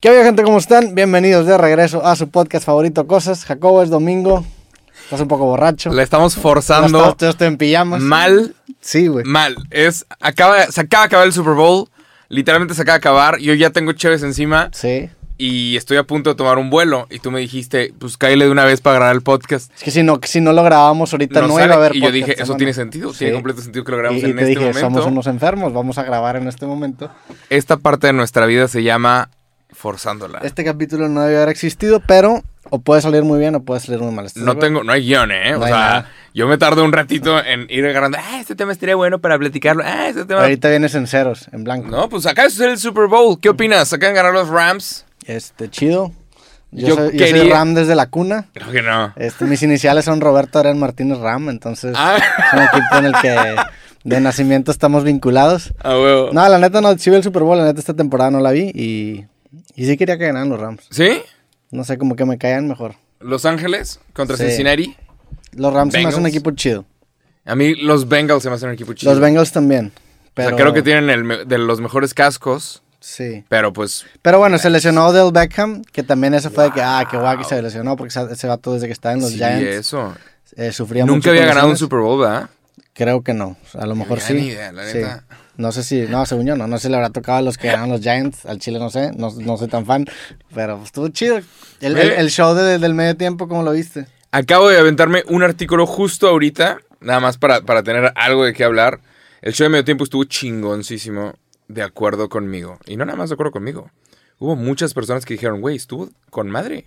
¿Qué onda, gente? ¿Cómo están? Bienvenidos de regreso a su podcast favorito, Cosas. Jacobo, es domingo. Estás un poco borracho. La estamos forzando. Yo estoy en pijamas. Mal. Sí, güey. Mal. Se acaba de acabar el Super Bowl. Literalmente se acaba de acabar. Yo ya tengo cheves encima. Sí. Y estoy a punto de tomar un vuelo. Y tú me dijiste, pues cáele de una vez para grabar el podcast. Es que si no lo grabamos ahorita no iba a haber podcast. Y yo dije, eso tiene sentido. Sí. Tiene completo sentido que lo grabamos en este momento. Somos unos enfermos. Vamos a grabar en este momento. Esta parte de nuestra vida se llama forzándola. Este capítulo no debe haber existido, pero o puede salir muy bien o puede salir muy mal. No hay guión, ¿eh? O sea, nada. Yo me tardo un ratito en ir agarrando. Este tema estaría bueno para platicarlo. Este tema... Ahorita vienes en ceros, en blanco. No, pues acá es el Super Bowl. ¿Qué opinas? Acaban de ganar los Rams. Chido. Yo soy Ram desde la cuna. Creo que no. Mis iniciales son Roberto Adrián Martínez Ram, entonces es un equipo en el que de nacimiento estamos vinculados. Huevo. No, la neta no, sí vi el Super Bowl, la neta esta temporada no la vi y sí quería que ganaran los Rams. ¿Sí? No sé, como que me caían mejor. Los Ángeles contra Cincinnati. Los Rams se me hacen un equipo chido. A mí los Bengals se me hacen un equipo chido. Los Bengals también. Pero... O sea, creo que tienen de los mejores cascos. Sí. Pero pues... Pero bueno, se lesionó Odell Beckham, que también eso fue de que, qué guay que se lesionó, porque ese vato desde que estaba en los Giants. Sí, eso. Sufría mucho. Nunca había ganado un Super Bowl, ¿verdad? Creo que no. A lo mejor sí. Ni idea, la neta. No sé si, según yo no sé si le habrá tocado a los que ganan los Giants, al Chile no sé, no soy tan fan, pero estuvo chido. El show del medio tiempo, ¿cómo lo viste? Acabo de aventarme un artículo justo ahorita, nada más para tener algo de qué hablar. El show de medio tiempo estuvo chingoncísimo, de acuerdo conmigo. Y no nada más de acuerdo conmigo. Hubo muchas personas que dijeron, güey, estuvo con madre.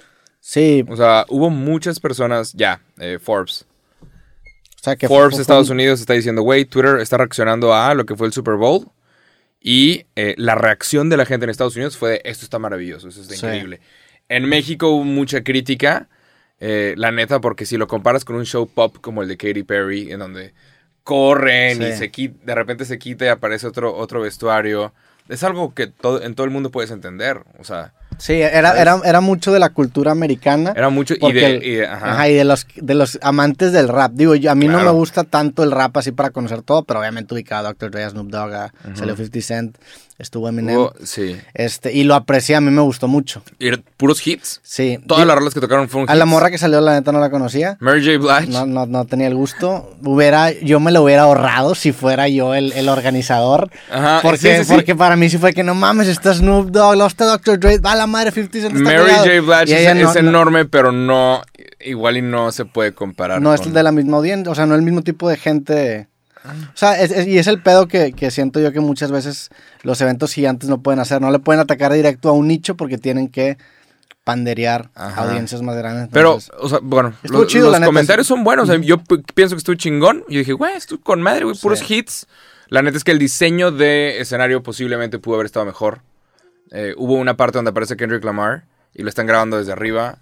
Sí. O sea, hubo muchas personas, Forbes. O sea, que Forbes, Estados Unidos, está diciendo, güey, Twitter está reaccionando a lo que fue el Super Bowl. Y la reacción de la gente en Estados Unidos fue de, esto está maravilloso, eso está increíble. En México hubo mucha crítica, la neta, porque si lo comparas con un show pop como el de Katy Perry, en donde corren y de repente se quita y aparece otro vestuario, es algo que en todo el mundo puedes entender, o sea... Sí, era mucho de la cultura americana. Era mucho y de los amantes del rap. Digo, a mí no me gusta tanto el rap así para conocer todo, pero obviamente ubicado a Dr. Dre, a Snoop Dogg, salió 50 Cent, estuvo Eminem. Sí. Y lo aprecié, a mí me gustó mucho. ¿Y puros hits? Sí. Todas las rolas que tocaron fueron hits. A la morra que salió, la neta, no la conocía. Mary J. Blige. No tenía el gusto. Yo me lo hubiera ahorrado si fuera yo el organizador. Ajá. Porque para mí sí fue que no mames, está Snoop Dogg, está Dr. Dre, va la madre 50 Cent. Mary J. Blige es enorme, pero no, igual y no se puede comparar. No es de la misma audiencia, o sea, no el mismo tipo de gente. O sea, es el pedo que siento yo que muchas veces los eventos gigantes no pueden hacer. No le pueden atacar directo a un nicho porque tienen que panderear audiencias más grandes. Entonces, pero, o sea, bueno, los comentarios son buenos. O sea, yo pienso que estuvo chingón. Yo dije, güey, estuvo con madre, güey, puros hits. La neta es que el diseño de escenario posiblemente pudo haber estado mejor. Hubo una parte donde aparece Kendrick Lamar y lo están grabando desde arriba.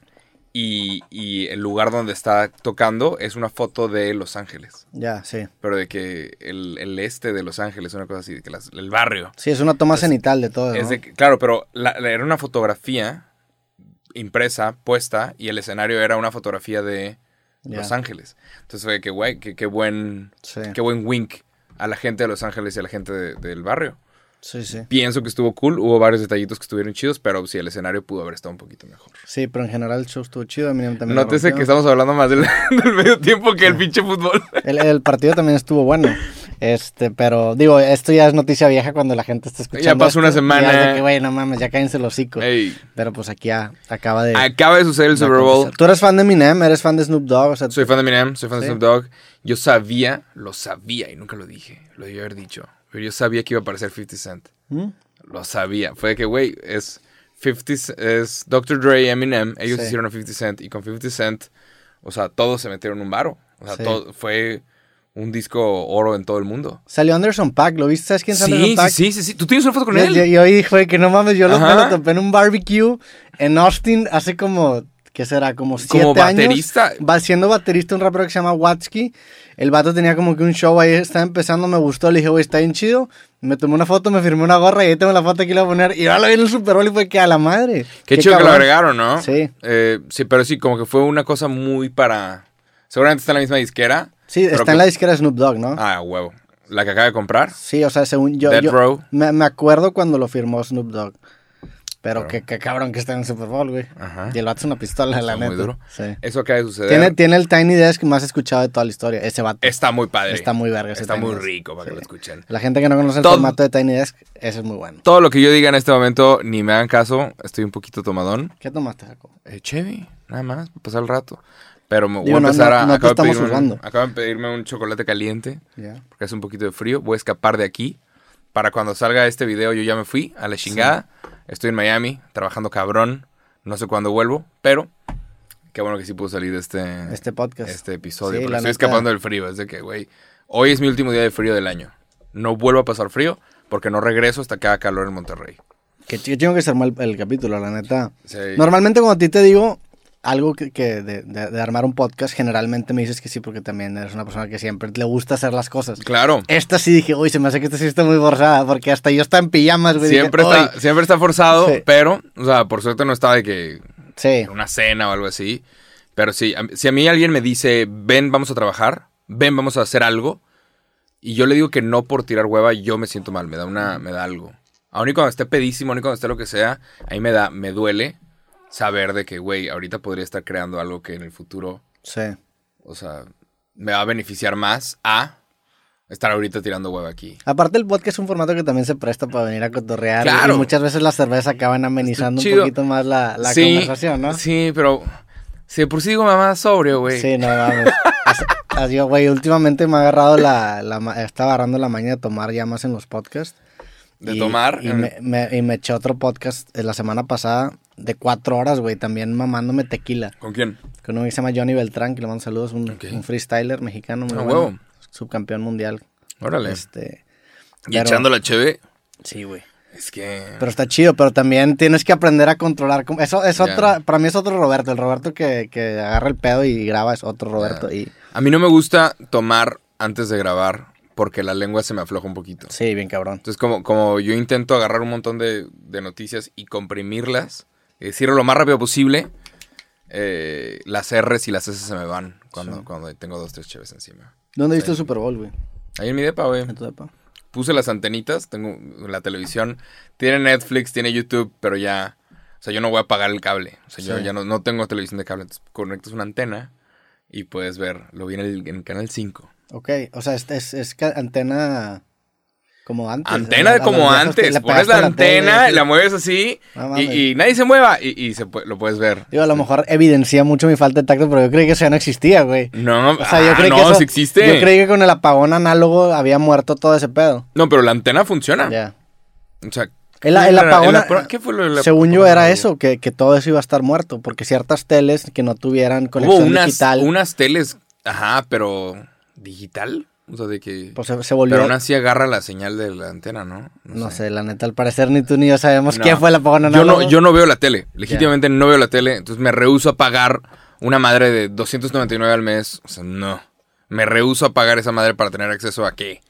Y el lugar donde está tocando es una foto de Los Ángeles. Ya, sí. Pero de que el este de Los Ángeles, una cosa así, de que el barrio. Sí, es una toma cenital de todo, ¿no? Claro, pero era una fotografía impresa, puesta, y el escenario era una fotografía de Los Ángeles. Entonces fue que, güey, qué buen wink a la gente de Los Ángeles y a la gente del barrio. Sí. Pienso que estuvo cool, hubo varios detallitos que estuvieron chidos, pero sí, el escenario pudo haber estado un poquito mejor. Sí, pero en general el show estuvo chido. Nótese que estamos hablando más del medio tiempo que el pinche fútbol. El partido también estuvo bueno. Pero digo, esto ya es noticia vieja cuando la gente está escuchando. Ya pasó una semana. Ya de que, güey, no mames, ya cállense los hocicos. Ey. Pero pues aquí acaba de suceder el Super Bowl. ¿Tú eres fan de Eminem? ¿Eres fan de Snoop Dogg? O sea, soy fan de Eminem, soy fan de Snoop Dogg. Yo lo sabía y nunca lo dije. Lo debí haber dicho. Pero yo sabía que iba a aparecer 50 Cent. Lo sabía. Fue de que, güey, es Dr. Dre y Eminem. Ellos hicieron a 50 Cent. Y con 50 Cent, o sea, todos se metieron en un varo. O sea, fue un disco oro en todo el mundo. Salió Anderson .Paak, ¿lo viste? ¿Sabes quién es Anderson .Paak? Sí. ¿Tú tienes una foto con él? Yo dije que no mames, yo me lo topé en un barbecue en Austin hace como... ¿Qué será? Como 7 años. Baterista. Va siendo baterista un rapero que se llama Watsky. El vato tenía como que un show ahí, estaba empezando, me gustó. Le dije, güey, está bien chido. Me tomé una foto, me firmé una gorra y ahí tengo la foto aquí la voy a poner. Y ahora lo vi en el Super Bowl y fue que a la madre. Qué chido cabrón que lo agregaron, ¿no? Sí. Sí, pero sí, como que fue una cosa muy para... Seguramente está en la misma disquera. Sí, está en la disquera de Snoop Dogg, ¿no? Ah, huevo. ¿La que acaba de comprar? Sí, o sea, según yo... Death Row. Me acuerdo cuando lo firmó Snoop Dogg. Pero qué cabrón que está en el Super Bowl, güey. Ajá. Y el vato es una pistola, Está la neta. muy duro. Sí. Eso acaba de suceder. Tiene el Tiny Desk más escuchado de toda la historia, ese vato. Está muy padre. Está muy verga ese Está Tiny muy Desk. rico para que Sí. lo escuchen. La gente que no conoce el formato de Tiny Desk, ese es muy bueno. Todo lo que yo diga en este momento, ni me hagan caso. Estoy un poquito tomadón. ¿Qué tomaste, Jaco? Chevy, nada más, para pasar el rato. Pero me voy Digo, a empezar a... no te estamos juzgando. Acabo de pedirme un chocolate caliente. Ya. Porque hace un poquito de frío. Voy a escapar de aquí. Para cuando salga este video yo ya me fui a la chingada. Sí. Estoy en Miami, trabajando cabrón. No sé cuándo vuelvo, pero qué bueno que sí pudo salir este podcast. Este episodio. Sí, porque estoy escapando del frío. Es de que, güey, hoy es mi último día de frío del año. No vuelvo a pasar frío porque no regreso hasta que haga calor en Monterrey. Qué chingo que se armó el capítulo, la neta. Sí. Normalmente cuando a ti te digo algo de armar un podcast, generalmente me dices que sí, porque también eres una persona que siempre le gusta hacer las cosas. Claro. Esta sí dije, uy, se me hace que esta sí está muy forzada, porque hasta yo estaba en pijamas, güey. Siempre está forzado, sí. Pero, o sea, por suerte no estaba de que... Sí. Una cena o algo así. Pero sí, si a mí alguien me dice, ven, vamos a trabajar, ven, vamos a hacer algo, y yo le digo que no por tirar hueva, yo me siento mal, me da algo. Aún y cuando esté pedísimo, aún y cuando esté lo que sea, ahí me duele saber de que, güey, ahorita podría estar creando algo que en el futuro, sí, o sea, me va a beneficiar más a estar ahorita tirando hueva aquí. Aparte el podcast es un formato que también se presta para venir a cotorrear. Claro. Y muchas veces las cervezas acaban amenizando un poquito más la conversación, ¿no? Sí, pero si de por sí digo mamá sobrio, güey. Sí, no mames. Así, güey, últimamente me ha agarrado estaba agarrando la maña de tomar ya más en los podcasts. Y me eché otro podcast la semana pasada de 4 horas, güey, también mamándome tequila. ¿Con quién? Con uno que se llama Johnny Beltrán, que le mando saludos, un freestyler mexicano muy bueno. Huevo. Subcampeón mundial. Órale. ¿Y pero, echando la cheve? Sí, güey. Es que... Pero está chido, pero también tienes que aprender a controlar. Eso es otra, para mí es otro Roberto. El Roberto que agarra el pedo y graba es otro Roberto. A mí no me gusta tomar antes de grabar porque la lengua se me afloja un poquito. Sí, bien cabrón. Entonces, como yo intento agarrar un montón de noticias y comprimirlas, decirlo lo más rápido posible, las R's y las S se me van cuando tengo 2, 3 cheves encima. ¿Dónde viste el Super Bowl, güey? Ahí en mi depa, güey. ¿En tu depa? Puse las antenitas, tengo la televisión, tiene Netflix, tiene YouTube, pero ya, o sea, yo no voy a pagar el cable. O sea, yo ya no tengo televisión de cable, entonces conectas una antena y puedes ver, lo vi en el Canal 5. Ok, o sea, es antena como antes. Antena como antes, pones la antena, la mueves así y nadie se mueva y lo puedes ver. Digo, a lo mejor evidencia mucho mi falta de tacto, pero yo creí que eso ya no existía, güey. No, o sea, yo creí que eso, sí existe. Yo creí que con el apagón análogo había muerto todo ese pedo. No, pero la antena funciona. Ya. O sea, el apagón, ¿qué fue lo del según yo era eso, que todo eso iba a estar muerto, porque ciertas teles que no tuvieran conexión digital. Unas teles, pero ¿digital? O sea, de que... Pues se volvió... Pero aún así agarra la señal de la antena, ¿no? No sé, la neta, al parecer ni tú ni yo sabemos quién fue el apagón análogo. Yo no veo la tele, legítimamente no veo la tele, entonces me rehúso a pagar una madre de $299 al mes, o sea, no. Me rehúso a pagar esa madre para tener acceso a ¿qué?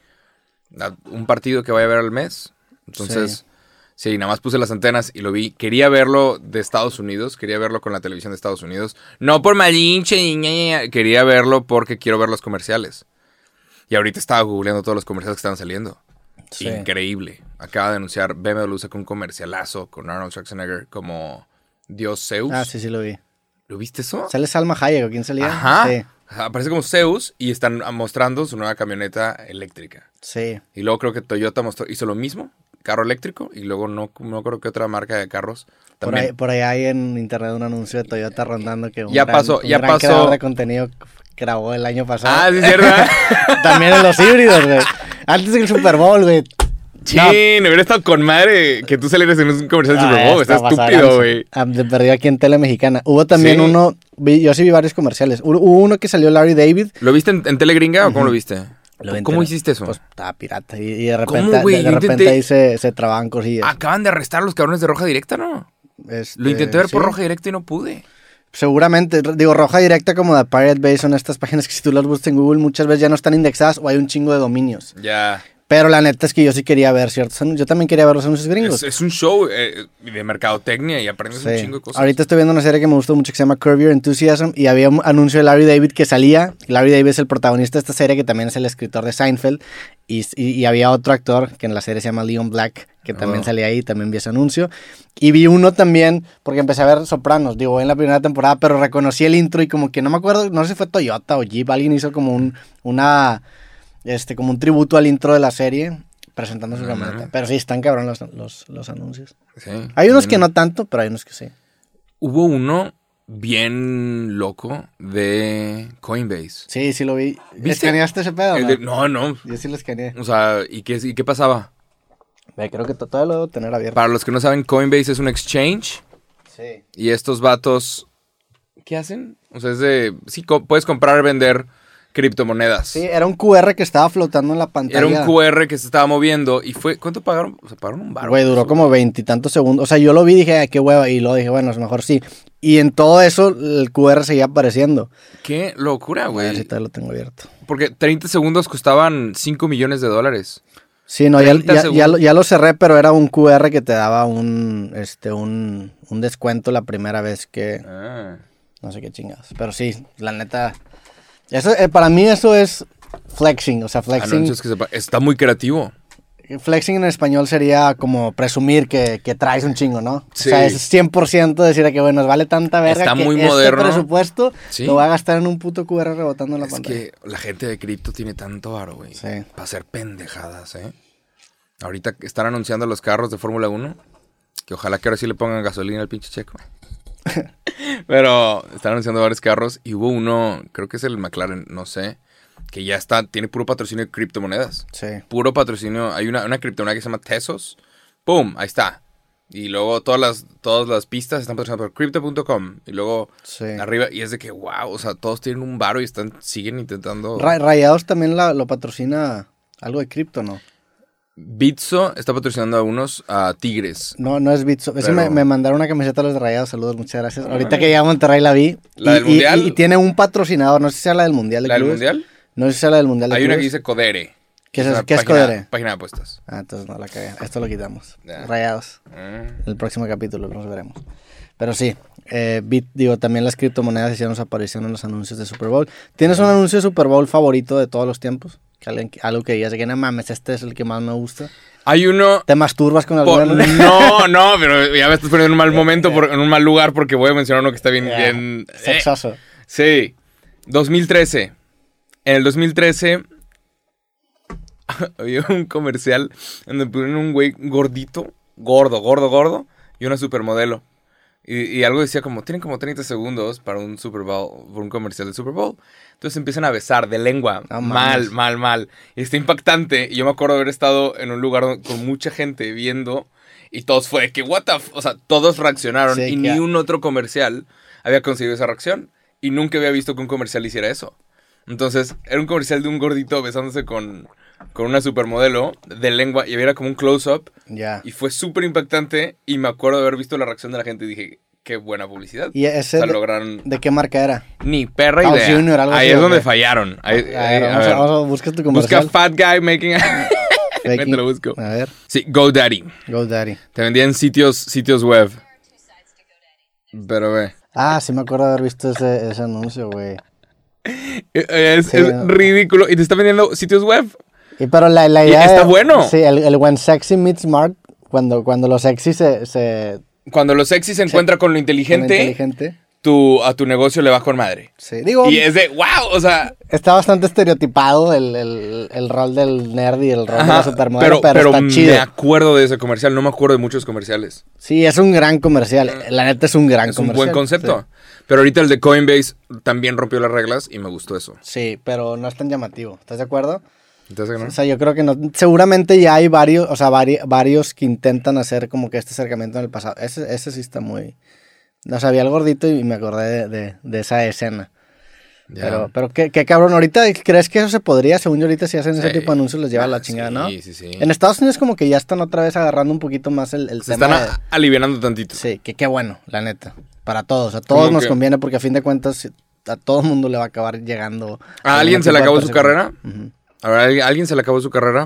¿A un partido que vaya a ver al mes? Entonces, sí, nada más puse las antenas y lo vi. Quería verlo de Estados Unidos, quería verlo con la televisión de Estados Unidos. No por malinche, quería verlo porque quiero ver los comerciales. Y ahorita estaba googleando todos los comerciales que estaban saliendo. Sí. Increíble. Acaba de anunciar BMW sacó un comercialazo con Arnold Schwarzenegger como Dios Zeus. Ah, sí, lo vi. ¿Lo viste eso? ¿Sale Salma Hayek o quién salía? Ajá. Sí. Aparece como Zeus y están mostrando su nueva camioneta eléctrica. Sí. Y luego creo que Toyota hizo lo mismo, carro eléctrico, y luego no creo que otra marca de carros también. Por ahí hay en internet un anuncio de Toyota rondando que un gran creador de contenido grabó el año pasado. Ah, sí, es cierto. También en los híbridos, güey. Antes del Super Bowl, güey. Sí, no hubiera estado con madre que tú salieras en un comercial de Super Bowl. Está estúpido, güey. Se perdió aquí en Tele Mexicana. Hubo también uno, yo sí vi varios comerciales. Hubo uno que salió Larry David. ¿Lo viste en Tele Gringa o cómo lo viste? ¿Cómo hiciste eso? Pues estaba pirata y de repente, ahí se trababan cosillas. Acaban de arrestar a los cabrones de Roja Directa, ¿no? Lo intenté ver por Roja Directa y no pude. Seguramente, digo, Roja Directa como de Pirate Bay son estas páginas que si tú las buscas en Google muchas veces ya no están indexadas o hay un chingo de dominios. Ya. Pero la neta es que yo sí quería ver ciertos anuncios. Yo también quería ver los anuncios gringos. Es un show de mercadotecnia y aprendes un chingo de cosas. Ahorita estoy viendo una serie que me gustó mucho que se llama Curb Your Enthusiasm y había un anuncio de Larry David que salía. Larry David es el protagonista de esta serie que también es el escritor de Seinfeld y había otro actor que en la serie se llama Leon Black que también salía ahí, también vi ese anuncio. Y vi uno también porque empecé a ver Sopranos, digo, en la primera temporada, pero reconocí el intro y como que no me acuerdo, no sé si fue Toyota o Jeep, alguien hizo como como un tributo al intro de la serie. Presentando su camioneta. Pero sí, están cabrón los anuncios. Sí, hay unos que no tanto, pero hay unos que sí. Hubo uno bien loco de Coinbase. Sí, sí lo vi. ¿Escaneaste ese pedo? No. Yo sí lo escaneé. O sea, ¿y qué pasaba? Creo que todavía lo debo tener abierto. Para los que no saben, Coinbase es un exchange. Sí. Y estos vatos, ¿qué hacen? O sea, sí, puedes comprar y vender criptomonedas. Sí, era un QR que estaba flotando en la pantalla. Era un QR que se estaba moviendo y fue... ¿Cuánto pagaron? O sea, pagaron un baro. Güey, duró como 20 y tantos segundos. O sea, yo lo vi y dije, qué hueva. Y luego dije, bueno, es mejor sí. Y en todo eso, el QR seguía apareciendo. Qué locura, güey. A ver si todavía lo tengo abierto. Porque 30 segundos costaban $5 millones. Sí, no, ya lo cerré, pero era un QR que te daba un descuento la primera vez que... No sé qué chingados. Pero sí, la neta... Eso, para mí eso es flexing, o sea, flexing... Anuncios está muy creativo. Flexing en español sería como presumir que traes un chingo, ¿no? Sí. O sea, es 100% decir que, bueno, vale tanta verga está que muy este moderno. Presupuesto ¿Sí? Lo va a gastar en un puto QR rebotando en la pantalla. Es que la gente de cripto tiene tanto varo, güey. Sí. Para hacer pendejadas, ¿eh? Ahorita están anunciando los carros de Fórmula 1, que ojalá que ahora sí le pongan gasolina al pinche Checo. Pero están anunciando varios carros y hubo uno, creo que es el McLaren, no sé, que ya tiene puro patrocinio de criptomonedas. Sí. Puro patrocinio. Hay una criptomoneda que se llama Tesos. ¡Pum! Ahí está. Y luego todas las pistas están patrocinadas por Crypto.com. Y luego arriba, y es de que, wow, o sea, todos tienen un varo y siguen intentando... Rayados también lo patrocina algo de cripto, ¿no? Bitso está patrocinando a Tigres. No es Bitso. Pero... me mandaron una camiseta los de Rayados. Saludos, muchas gracias. Ahorita que llegué a Monterrey la vi. ¿La del Mundial? Y tiene un patrocinador. No sé si sea la del Mundial de ¿La clubes. del Mundial? No sé si sea la del Mundial de Hay clubes. una que dice Codere. ¿Qué es Codere? Página de apuestas. Entonces no la cagué. Esto lo quitamos. Ya. Rayados. El próximo capítulo nos veremos. Pero sí, también las criptomonedas hicieron su aparición en los anuncios de Super Bowl. ¿Tienes un anuncio de Super Bowl favorito de todos los tiempos? Algo que digas, que no mames, este es el que más me gusta. Hay uno... ¿Te masturbas con algo? No, pero ya me estás poniendo en un mal momento, en un mal lugar, porque voy a mencionar uno que está bien... Sexoso. Sí. 2013. En el 2013 había un comercial donde ponían un güey gordito, gordo, y una supermodelo. Y algo decía como, tienen como 30 segundos para un Super Bowl, por un comercial de Super Bowl. Entonces empiezan a besar de lengua. Mal. Y está impactante. Y yo me acuerdo haber estado en un lugar con mucha gente viendo. Y todos fue que, o sea, todos reaccionaron. Sí, y ni un otro comercial había conseguido esa reacción. Y nunca había visto que un comercial hiciera eso. Entonces, era un comercial de un gordito besándose con una supermodelo de lengua. Y era como un close-up. Y fue súper impactante. Y me acuerdo de haber visto la reacción de la gente. Y dije, qué buena publicidad. ¿Y ese lograron... de qué marca era? Ni perra idea. Junior, algo ahí así, es donde fallaron. Vamos a buscar tu comercial. Busca Fat Guy Making... Te lo busco. A ver. Sí, GoDaddy. Te vendían sitios web. Pero ve. Sí me acuerdo de haber visto ese anuncio, güey. Es ridículo. Y te está vendiendo sitios web. Pero la idea está bueno. Sí, el When Sexy Meets Smart, cuando lo sexy Cuando lo sexy se encuentra con lo inteligente, a tu negocio le va con madre. Sí, digo... Y es de, wow, o sea... Está bastante estereotipado el rol del nerd y el rol de la supermodelo, pero está chido. Me acuerdo de ese comercial, no me acuerdo de muchos comerciales. Sí, es un gran comercial. La neta es un gran comercial. Es un buen concepto. Sí. Pero ahorita el de Coinbase también rompió las reglas y me gustó eso. Sí, pero no es tan llamativo. ¿Estás de acuerdo? Entonces, ¿no? O sea, yo creo que no. Seguramente ya hay varios, o sea, varios que intentan hacer como que este acercamiento en el pasado. Ese sí está muy... No sabía el gordito y me acordé de esa escena. Yeah. Pero qué cabrón, ahorita ¿crees que eso se podría? Según yo ahorita si hacen ese tipo de anuncios les lleva la chingada, ¿no? Sí. En Estados Unidos como que ya están otra vez agarrando un poquito más el se tema. Se están alivianando tantito. Sí, que qué bueno, la neta. Para todos, a todos nos conviene porque a fin de cuentas a todo el mundo le va a acabar llegando. ¿A alguien se le acabó su carrera? Uh-huh. A ver, ¿a alguien se le acabó su carrera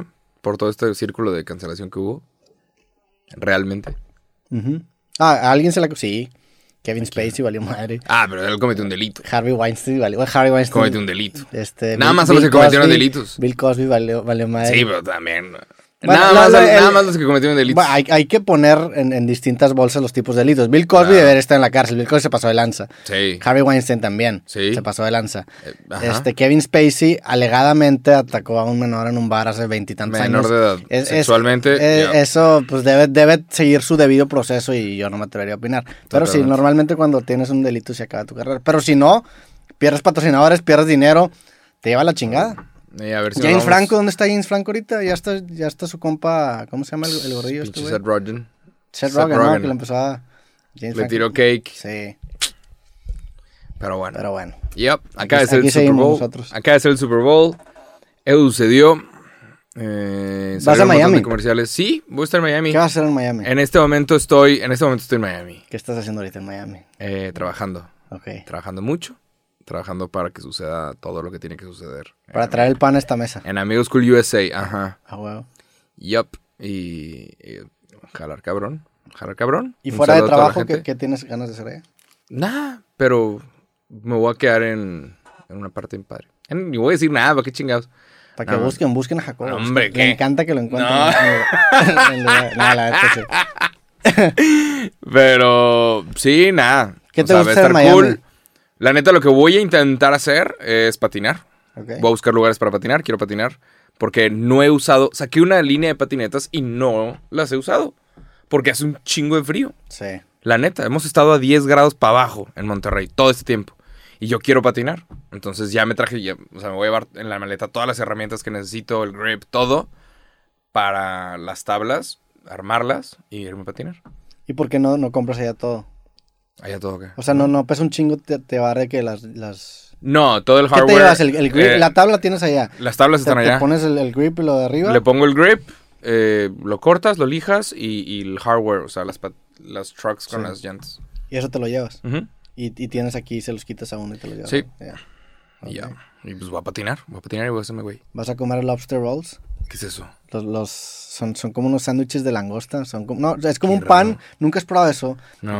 por todo este círculo de cancelación que hubo. Realmente. ¿A alguien se la... Sí. Kevin Spacey valió madre. Pero él cometió un delito. Harvey Weinstein valió... Harvey Weinstein... Cometió un delito. Nada Bill, más a los que cometieron delitos. Bill Cosby valió madre. Sí, pero también... Bueno, nada más los que cometieron delitos. Bueno, hay que poner en distintas bolsas los tipos de delitos. Bill Cosby debería estar en la cárcel. Bill Cosby se pasó de lanza. Sí. Harvey Weinstein también. Sí. Se pasó de lanza. Ajá. Kevin Spacey alegadamente atacó a un menor en un bar hace 20 y tantos años. Menor de edad. Sexualmente. Eso pues debe seguir su debido proceso y yo no me atrevería a opinar. Pero sí, normalmente cuando tienes un delito se acaba tu carrera. Pero si no, pierdes patrocinadores, pierdes dinero, te lleva la chingada. A ver si James Franco, ¿dónde está James Franco ahorita? Ya está su compa, ¿cómo se llama el gordillo? Seth Rogen. Seth Rogen, ¿no? Que le empezó a... Le tiró cake. Sí. Pero bueno. Yep. Acaba de ser el Super Bowl. Acaba de ser el Super Bowl. Eso sucedió. ¿Vas a Miami? Comerciales. Sí, voy a estar en Miami. ¿Qué vas a hacer en Miami? En este momento estoy en Miami. ¿Qué estás haciendo ahorita en Miami? Trabajando. Okay. Trabajando mucho. Trabajando para que suceda todo lo que tiene que suceder. Para traer el pan a esta mesa. En Amigos Cool USA, ajá. Huevo. Yup. Y jalar cabrón. ¿Y fuera de trabajo qué tienes ganas de hacer allá? Nada, pero me voy a quedar en una parte bien padre. Ni voy a decir nada, ¿para qué chingados? Para que busquen a Jacobo. Hombre, ¿qué? Le encanta que lo encuentren. La neta sí. Pero, sí, nada. ¿Qué te gusta hacer en Miami? Cool. La neta, lo que voy a intentar hacer es patinar. Okay. Voy a buscar lugares para patinar, quiero patinar. Porque no he usado... Saqué una línea de patinetas y no las he usado. Porque hace un chingo de frío. Sí. La neta, hemos estado a 10 grados para abajo en Monterrey todo este tiempo. Y yo quiero patinar. Entonces ya me traje... me voy a llevar en la maleta todas las herramientas que necesito, el grip, todo. Para las tablas, armarlas y irme a patinar. ¿Y por qué no compras allá todo? ¿Allá todo qué? O sea, no pesa un chingo, te va a de que las... No, todo el hardware... ¿Qué te llevas? ¿El grip? La tabla tienes allá. Las tablas están allá. ¿Te pones el grip y lo de arriba? Le pongo el grip, lo cortas, lo lijas y el hardware, o sea, las trucks con las llantas. ¿Y eso te lo llevas? Uh-huh. Y tienes aquí, se los quitas a uno y te lo llevas. Sí. Okay. Y pues voy a patinar y voy a hacerme güey. ¿Vas a comer lobster rolls? ¿Qué es eso? Son como unos sándwiches de langosta. Es como un pan. ¿Nunca has probado eso? No.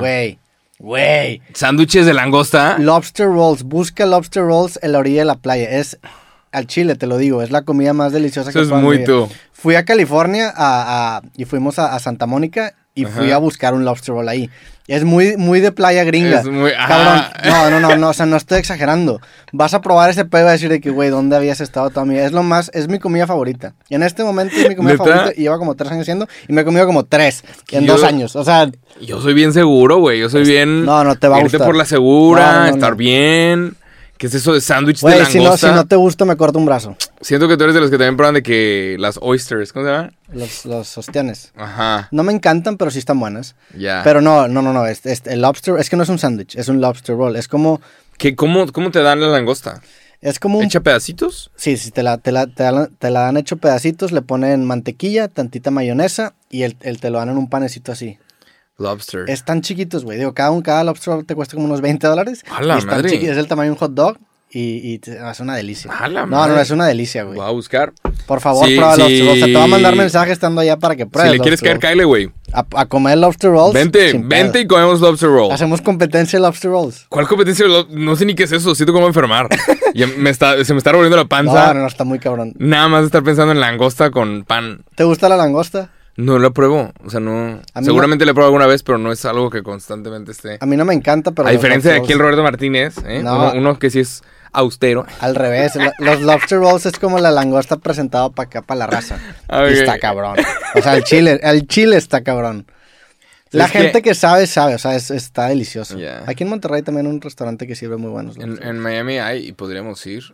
Güey. ¿Sándwiches de langosta? Lobster rolls. Busca lobster rolls en la orilla de la playa. Es al chile, te lo digo. Es la comida más deliciosa que puedo vivir. Eso es muy tú. Fui a California y fuimos a Santa Mónica y fui a buscar un lobster roll ahí. Es muy, muy de playa gringa. Es muy... Cabrón. No. O sea, no estoy exagerando. Vas a probar ese pedo y vas a decir de que, güey, ¿dónde habías estado toda mi vida? Es mi comida favorita. En este momento es mi comida favorita y lleva como 3 años siendo y me he comido como 3 en 2 años. O sea... Yo soy bien seguro, güey. Yo soy bien... No te va a gustar. Irte por la segura, estar bien... ¿Qué es eso de sándwich de langosta? Si no te gusta, me corto un brazo. Siento que tú eres de los que también prueban de que las oysters, ¿cómo se llaman? Los ostiones. Ajá. No me encantan, pero sí están buenas. Ya. Pero no. El lobster, es que no es un sándwich, es un lobster roll. Es como... ¿Cómo te dan la langosta? Es como un... ¿Hecha pedacitos? Sí, te la dan hecho pedacitos, le ponen mantequilla, tantita mayonesa y te lo dan en un panecito así. Lobster. Están chiquitos, güey. Digo, cada lobster te cuesta como unos $20. ¡A la madre! Es el tamaño de un hot dog y es una delicia. ¡A la madre! No, es una delicia, güey. Voy a buscar. Por favor, prueba lobster rolls. O sea, te va a mandar mensaje estando allá para que pruebes. Si le quieres caer, cáele, güey. A comer lobster rolls. Vente y comemos lobster rolls. Hacemos competencia de lobster rolls. ¿Cuál competencia? No sé ni qué es eso. Siento como enfermar. Ya se me está revolviendo la panza. No, está muy cabrón. Nada más de estar pensando en langosta con pan. ¿Te gusta la langosta? No la pruebo, o sea, no... Seguramente la pruebo alguna vez, pero no es algo que constantemente esté... A mí no me encanta, pero... A diferencia de aquí el Roberto Martínez, ¿eh? No. Uno que sí es austero. Al revés, los lobster rolls es como la langosta presentado para acá, para la raza. Okay. Y está cabrón. O sea, el chile está cabrón. La gente que sabe, o sea, está delicioso. Yeah. Aquí en Monterrey también hay un restaurante que sirve muy buenos. En Miami hay, y podríamos ir,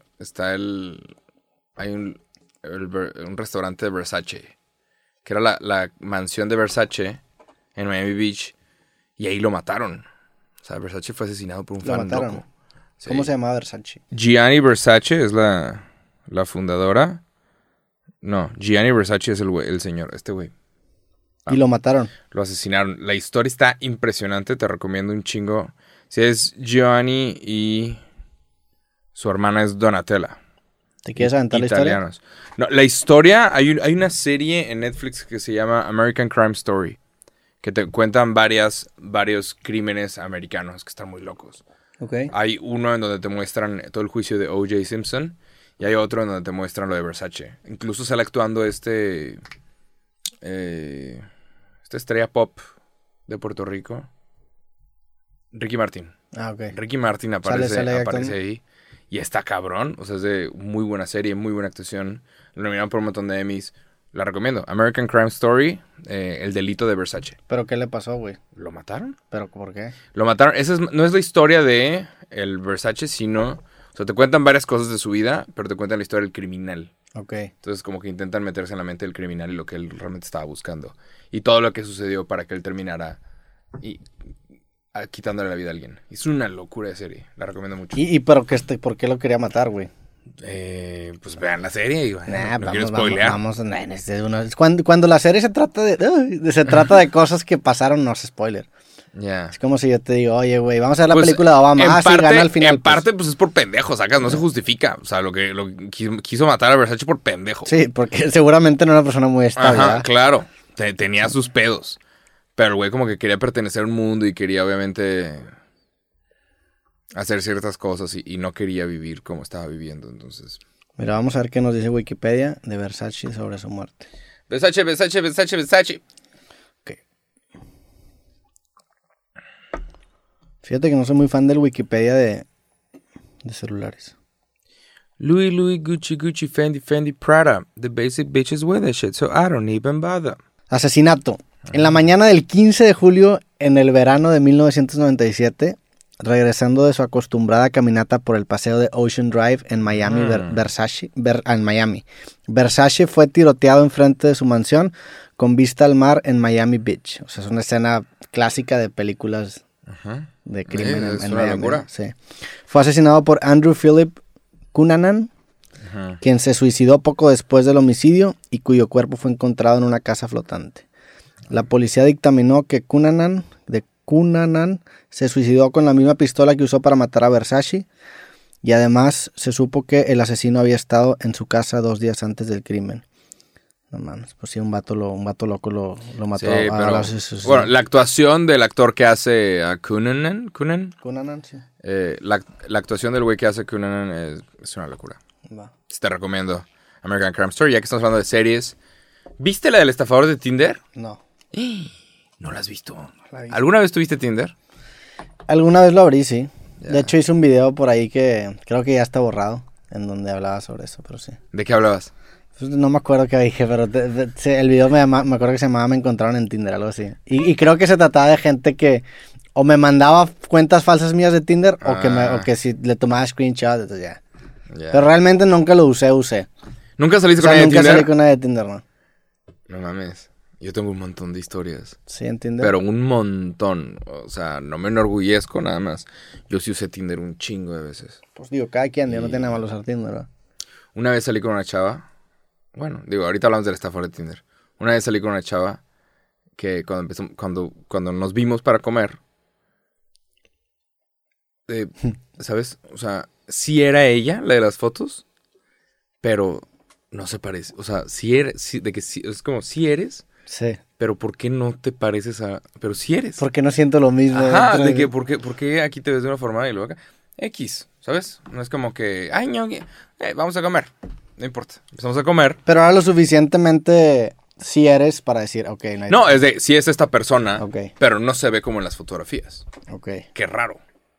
hay un restaurante de Versace, que era la mansión de Versace en Miami Beach, y ahí lo mataron. O sea, Versace fue asesinado por un fan loco. Sí. ¿Cómo se llamaba Versace? Gianni Versace es la fundadora. No, Gianni Versace es el señor, este güey. Y lo mataron. Lo asesinaron. La historia está impresionante, te recomiendo un chingo. Si es Gianni y su hermana es Donatella. ¿Te quieres aventar italianos. La historia? No, la historia, hay una serie en Netflix que se llama American Crime Story, que te cuentan varios crímenes americanos que están muy locos. Okay. Hay uno en donde te muestran todo el juicio de O.J. Simpson y hay otro en donde te muestran lo de Versace. Incluso sale actuando esta estrella pop de Puerto Rico, Ricky Martin. Ah, ok. Ricky Martin aparece ahí. Y está cabrón. O sea, es de muy buena serie, muy buena actuación. Lo nominaron por un montón de Emmys. La recomiendo. American Crime Story, el delito de Versace. ¿Pero qué le pasó, güey? ¿Lo mataron? ¿Pero por qué? Lo mataron. No es la historia de el Versace, sino... O sea, te cuentan varias cosas de su vida, pero te cuentan la historia del criminal. Ok. Entonces, como que intentan meterse en la mente del criminal y lo que él realmente estaba buscando. Y todo lo que sucedió para que él terminara quitándole la vida a alguien. Es una locura de serie. La recomiendo mucho. ¿Y pero por qué lo quería matar, güey? Pues vean la serie y no quiero spoilear. Cuando la serie se trata de cosas que pasaron, no es spoiler. Yeah. Es como si yo te digo, oye, güey, vamos a ver la película de Obama. Sí, gana al final. En parte, pues es por pendejo, sacas, no se justifica. O sea, lo que quiso matar a Versace por pendejo. Sí, porque seguramente no era una persona muy estable. Ajá, claro. Tenía sus pedos. Pero el güey como que quería pertenecer a un mundo y quería obviamente hacer ciertas cosas y no quería vivir como estaba viviendo, entonces... Mira, vamos a ver qué nos dice Wikipedia de Versace sobre su muerte. Versace. Ok. Fíjate que no soy muy fan del Wikipedia de celulares. Louis, Gucci, Fendi, Prada. The basic bitches wear that shit, so I don't even bother. Asesinato. En la mañana del 15 de julio, en el verano de 1997, regresando de su acostumbrada caminata por el paseo de Ocean Drive en Miami, Versace fue tiroteado enfrente de su mansión con vista al mar en Miami Beach. O sea, es una escena clásica de películas de crimen en Miami. Locura. Sí. Fue asesinado por Andrew Philip Cunanan, quien se suicidó poco después del homicidio y cuyo cuerpo fue encontrado en una casa flotante. La policía dictaminó que Cunanan se suicidó con la misma pistola que usó para matar a Versace y además se supo que el asesino había estado en su casa 2 días antes del crimen. No mames, pues sí, un vato loco lo mató. Sí, pero, bueno, la actuación del actor que hace a Cunanan, sí. La actuación del güey que hace Cunanan es una locura. Va. Te recomiendo American Crime Story, ya que estamos hablando de series. ¿Viste la del estafador de Tinder? No. ¿No la has visto? ¿Alguna vez tuviste Tinder? Alguna vez lo abrí, sí. Yeah. De hecho hice un video por ahí que creo que ya está borrado, en donde hablaba sobre eso, pero sí. ¿De qué hablabas? Pues no me acuerdo qué dije, pero el video me acuerdo que se llamaba Me encontraron en Tinder, algo así. Y creo que se trataba de gente que o me mandaba cuentas falsas mías de Tinder o que si le tomaba screenshot, entonces ya. Yeah. Pero realmente nunca lo usé. ¿Nunca saliste con nadie de Tinder? Nunca salí con nadie de Tinder, no. No mames. Yo tengo un montón de historias. Sí, en Tinder. Pero un montón. O sea, no me enorgullezco nada más. Yo sí usé Tinder un chingo de veces. Pues digo, cada quien, yo no tiene nada malo usar Tinder, ¿verdad? Una vez salí con una chava. Bueno, digo, ahorita hablamos del estafador de Tinder. Una vez salí con una chava que cuando nos vimos para comer, ¿sabes? O sea, sí era ella, la de las fotos, pero no se parece. O sea, sí eres, es como, sí eres. Sí. Pero ¿por qué no te pareces a...? Pero sí eres. Porque no siento lo mismo. Ajá, de que ¿por qué aquí te ves de una forma y luego acá? X, ¿sabes? No es como que... Ay, no, vamos a comer. No importa. Empezamos a comer. Pero ahora lo suficientemente sí eres para decir, ok. No, es de, sí es esta persona, okay, pero no se ve como en las fotografías. Ok. Qué raro.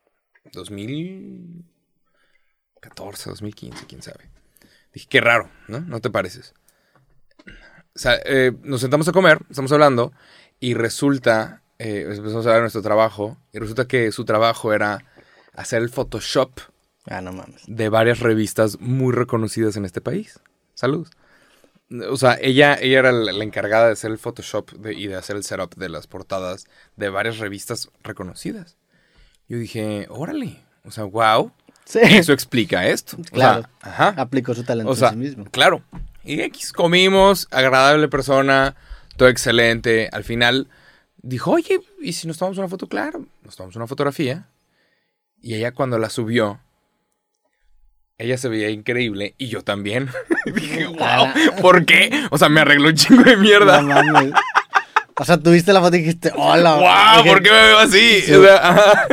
2014, 2015, quién sabe. Dije, qué raro, ¿no? No te pareces. O sea, nos sentamos a comer, estamos hablando, y resulta, empezamos a hablar de nuestro trabajo, y resulta que su trabajo era hacer el Photoshop no mames, de varias revistas muy reconocidas en este país. Salud. O sea, ella era la encargada de hacer el Photoshop y de hacer el setup de las portadas de varias revistas reconocidas. Yo dije, órale, o sea, wow. Sí. Eso explica esto. Claro. O sea, ajá. Aplicó su talento en sí mismo. Claro. Y comimos, agradable persona, todo excelente. Al final dijo, oye, ¿y si nos tomamos una foto? Claro, nos tomamos una fotografía. Y ella cuando la subió, ella se veía increíble y yo también. Dije, wow, ¿por qué? O sea, me arregló un chingo de mierda. No mames. O sea, tuviste la foto y dijiste, hola. Wow, ¿por qué me veo así? Sí. O sea, ajá.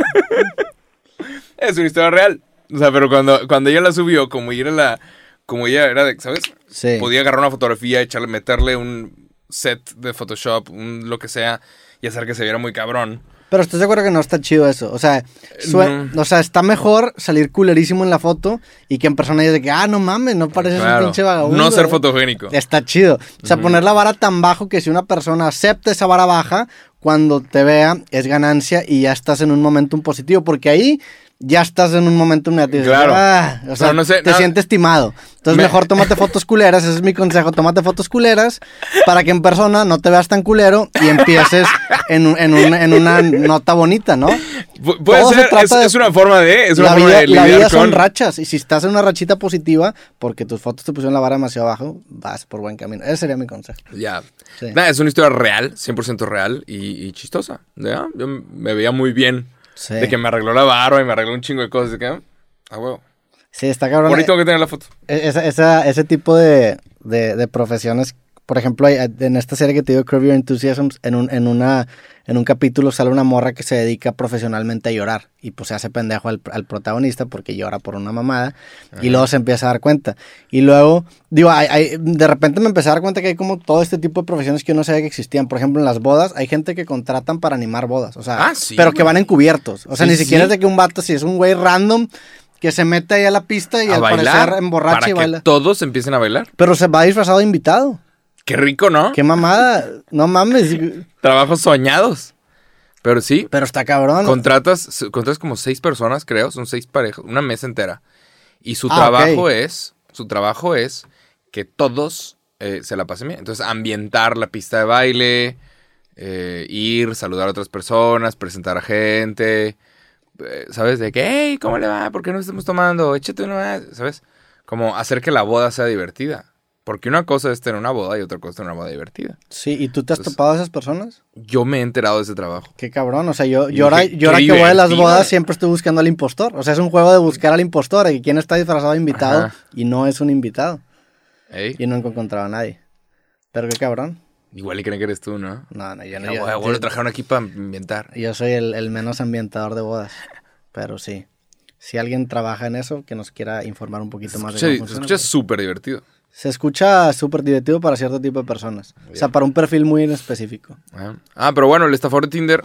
Es una historia real. O sea, pero cuando ella la subió, como ella era de, ¿sabes? Sí. Podía agarrar una fotografía, meterle un set de Photoshop, lo que sea, y hacer que se viera muy cabrón. Pero ¿estás de acuerdo que no está chido eso? O sea, o sea, está mejor salir culerísimo en la foto y que en persona dices que, no mames, no pareces un pinche vagabundo. No ser fotogénico. Está chido. O sea, poner la vara tan bajo que si una persona acepta esa vara baja, cuando te vea es ganancia y ya estás en un momentum positivo, porque ahí ya estás en un momento negativo. Claro. O sea, te sientes estimado. Entonces mejor tómate fotos culeras, ese es mi consejo, tómate fotos culeras para que en persona no te veas tan culero y empieces en una nota bonita, ¿no? Puede ser, es una forma de lidiar la vida son rachas, y si estás en una rachita positiva, porque tus fotos te pusieron la vara demasiado abajo, vas por buen camino. Ese sería mi consejo. Ya. Sí. Es una historia real, 100% real y chistosa. ¿Ya? Yo me veía muy bien. Sí. De que me arregló la barba y me arregló un chingo de cosas. De que, huevo. Sí, está cabrón. Bonito que tener la foto. Ese tipo de profesiones, por ejemplo, en esta serie que te digo, Curb Your Enthusiasm, en un capítulo sale una morra que se dedica profesionalmente a llorar. Y pues se hace pendejo al protagonista porque llora por una mamada. Ajá. Y luego se empieza a dar cuenta. Y luego, de repente me empecé a dar cuenta que hay como todo este tipo de profesiones que yo no sabía que existían. Por ejemplo, en las bodas, hay gente que contratan para animar bodas. O sea, sí, pero que van encubiertos. O sea, ni siquiera es de que un vato, si es un güey random que se mete ahí a la pista y al parecer emborracha y baila. Para que todos empiecen a bailar. Pero se va disfrazado de invitado. Qué rico, ¿no? Qué mamada. No mames. Trabajos soñados. Pero sí. Pero está cabrón. Contratas como 6 personas, creo. Son 6 parejas. Una mesa entera. Y su trabajo es que todos se la pasen bien. Entonces, ambientar la pista de baile, ir, saludar a otras personas, presentar a gente, ¿sabes? De que, hey, ¿cómo le va? ¿Por qué no estamos tomando? Échate una más, ¿sabes? Como hacer que la boda sea divertida. Porque una cosa es tener una boda y otra cosa es tener una boda divertida. Sí, ¿y tú te has topado a esas personas? Yo me he enterado de ese trabajo. Qué cabrón, o sea, yo ahora que voy a las bodas siempre estoy buscando al impostor. O sea, es un juego de buscar al impostor, de quién está disfrazado de invitado. Ajá. Y no es un invitado. ¿Ey? Y no he encontrado a nadie. Pero qué cabrón. Igual y creen que eres tú, ¿no? No, yo no. Lo trajeron aquí para ambientar. Yo soy el menos ambientador de bodas. Pero sí. Si alguien trabaja en eso, que nos quiera informar un poquito más de cómo funciona. Se escucha súper divertido. Se escucha súper divertido para cierto tipo de personas. Bien. O sea, para un perfil muy específico. Pero bueno, el estafador de Tinder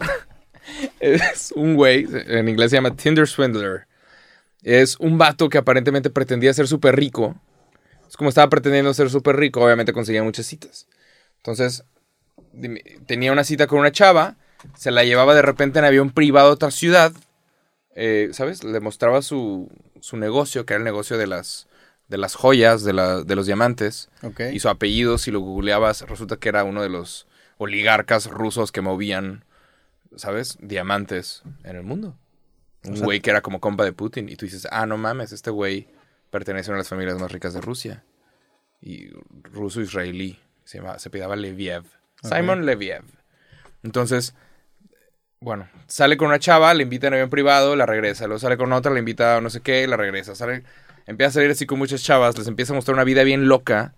es un güey, en inglés se llama Tinder Swindler. Es un vato que aparentemente pretendía ser súper rico. Es como estaba pretendiendo ser súper rico, obviamente conseguía muchas citas. Entonces, tenía una cita con una chava, se la llevaba de repente en avión privado a otra ciudad, ¿sabes? Le mostraba su negocio, que era el negocio de las joyas, de los diamantes. Okay. Y su apellido, si lo googleabas, resulta que era uno de los oligarcas rusos que movían, ¿sabes? Diamantes en el mundo. Un güey que era como compa de Putin. Y tú dices, no mames, este güey pertenece a una de las familias más ricas de Rusia. Y ruso-israelí. Se apellidaba Leviev. Okay. Simon Leviev. Entonces, bueno, sale con una chava, le invita en avión privado, la regresa. Luego sale con otra, le invita a no sé qué, la regresa. Empieza a salir así con muchas chavas, les empieza a mostrar una vida bien loca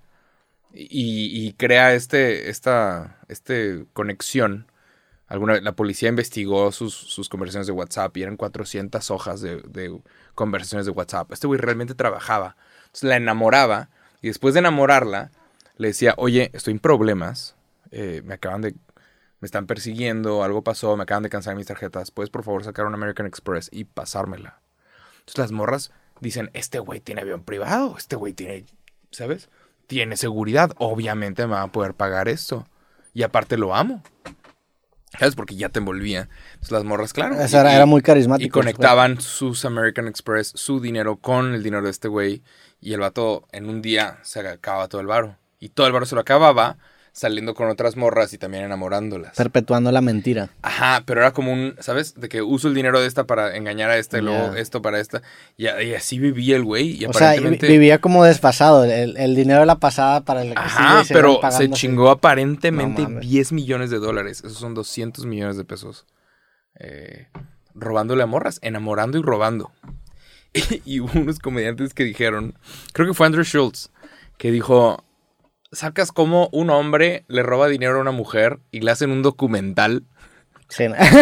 y crea esta conexión. La policía investigó sus conversaciones de WhatsApp y eran 400 hojas de conversaciones de WhatsApp. Este güey realmente trabajaba. Entonces la enamoraba y después de enamorarla le decía, oye, estoy en problemas, me están persiguiendo, algo pasó, me acaban de cancelar mis tarjetas, ¿puedes por favor sacar un American Express y pasármela? Entonces las morras dicen, este güey tiene avión privado, este güey tiene, ¿sabes? Tiene seguridad, obviamente me va a poder pagar esto. Y aparte lo amo. ¿Sabes? Porque ya te envolvía. Entonces las morras, claro. Eso era muy carismático. Y conectaban sus American Express, su dinero con el dinero de este güey. Y el vato en un día se acababa todo el varo. Y todo el varo se lo acababa saliendo con otras morras y también enamorándolas. Perpetuando la mentira. Ajá, pero era como ¿sabes? De que uso el dinero de esta para engañar a esta y luego esto para esta. Y así vivía el güey. Y aparentemente... sea, vivía como desfasado. El dinero de la pasada para el que ajá, pero se chingó aparentemente $10 millones. Esos son 200 millones de pesos. Robándole a morras, enamorando y robando. Y hubo unos comediantes que dijeron, creo que fue Andrew Schultz, que dijo, ¿sacas cómo un hombre le roba dinero a una mujer y le hacen un documental? Sí.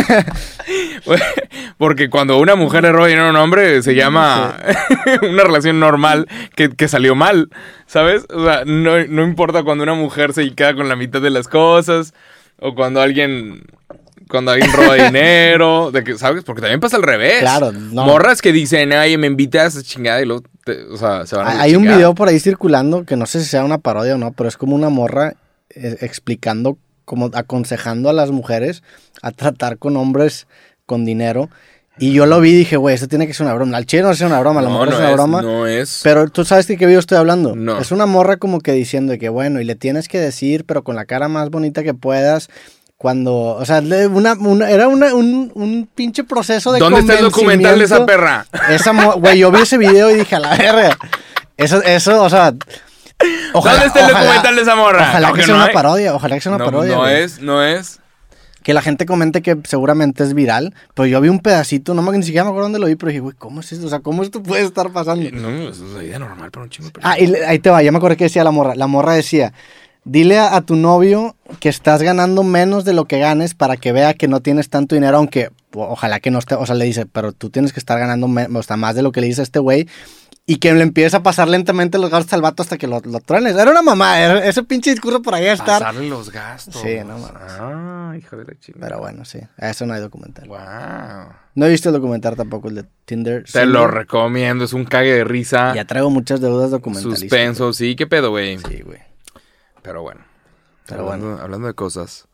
Porque cuando una mujer le roba dinero a un hombre se llama una relación normal que salió mal, ¿sabes? O sea, no importa cuando una mujer se queda con la mitad de las cosas o cuando alguien roba dinero, ¿sabes? Porque también pasa al revés. Claro, no. Morras que dicen, ay, me invitas a esa chingada y luego, o sea, se van a la Hay un chingada. video por ahí circulando que no sé si sea una parodia o no, pero es como una morra explicando, como aconsejando a las mujeres a tratar con hombres con dinero. Y yo lo vi y dije, güey, esto tiene que ser una broma. Al chile no es una broma, a lo mejor es una broma. No es. Pero tú sabes de qué video estoy hablando. No. Es una morra como que diciendo que bueno, y le tienes que decir, pero con la cara más bonita que puedas. Cuando, o sea, era un pinche proceso de ¿Dónde está el documental de esa perra? Güey, yo vi ese video y dije, a la verga. Eso, o sea... ¿Dónde está el documental de esa morra? Ojalá que sea una parodia, ojalá que sea una parodia. No es. Que la gente comente que seguramente es viral, pero yo vi un pedacito, ni siquiera me acuerdo dónde lo vi, pero dije, güey, ¿cómo es esto? O sea, ¿cómo esto puede estar pasando? No, eso es la idea normal para un chingo de Ah, personas. y ahí te va, ya me acordé que decía la morra. La morra decía, dile a tu novio que estás ganando menos de lo que ganes para que vea que no tienes tanto dinero, aunque ojalá que no esté, o sea, le dice, pero tú tienes que estar ganando más de lo que le dice a este güey. Y que le empieza a pasar lentamente los gastos al vato hasta que lo truenes. Era una mamá, ese pinche discurso por ahí a estar. Pasarle los gastos. Sí, no mames. Ah, hija de la chingada. Pero bueno, sí. A eso no hay documental. Wow. No he visto el documental tampoco, el de Tinder. Te lo recomiendo, es un cague de risa. Ya traigo muchas deudas documentalistas. Suspenso, sí, qué pedo, güey. Sí, güey. Pero bueno. Pero Hablando de cosas.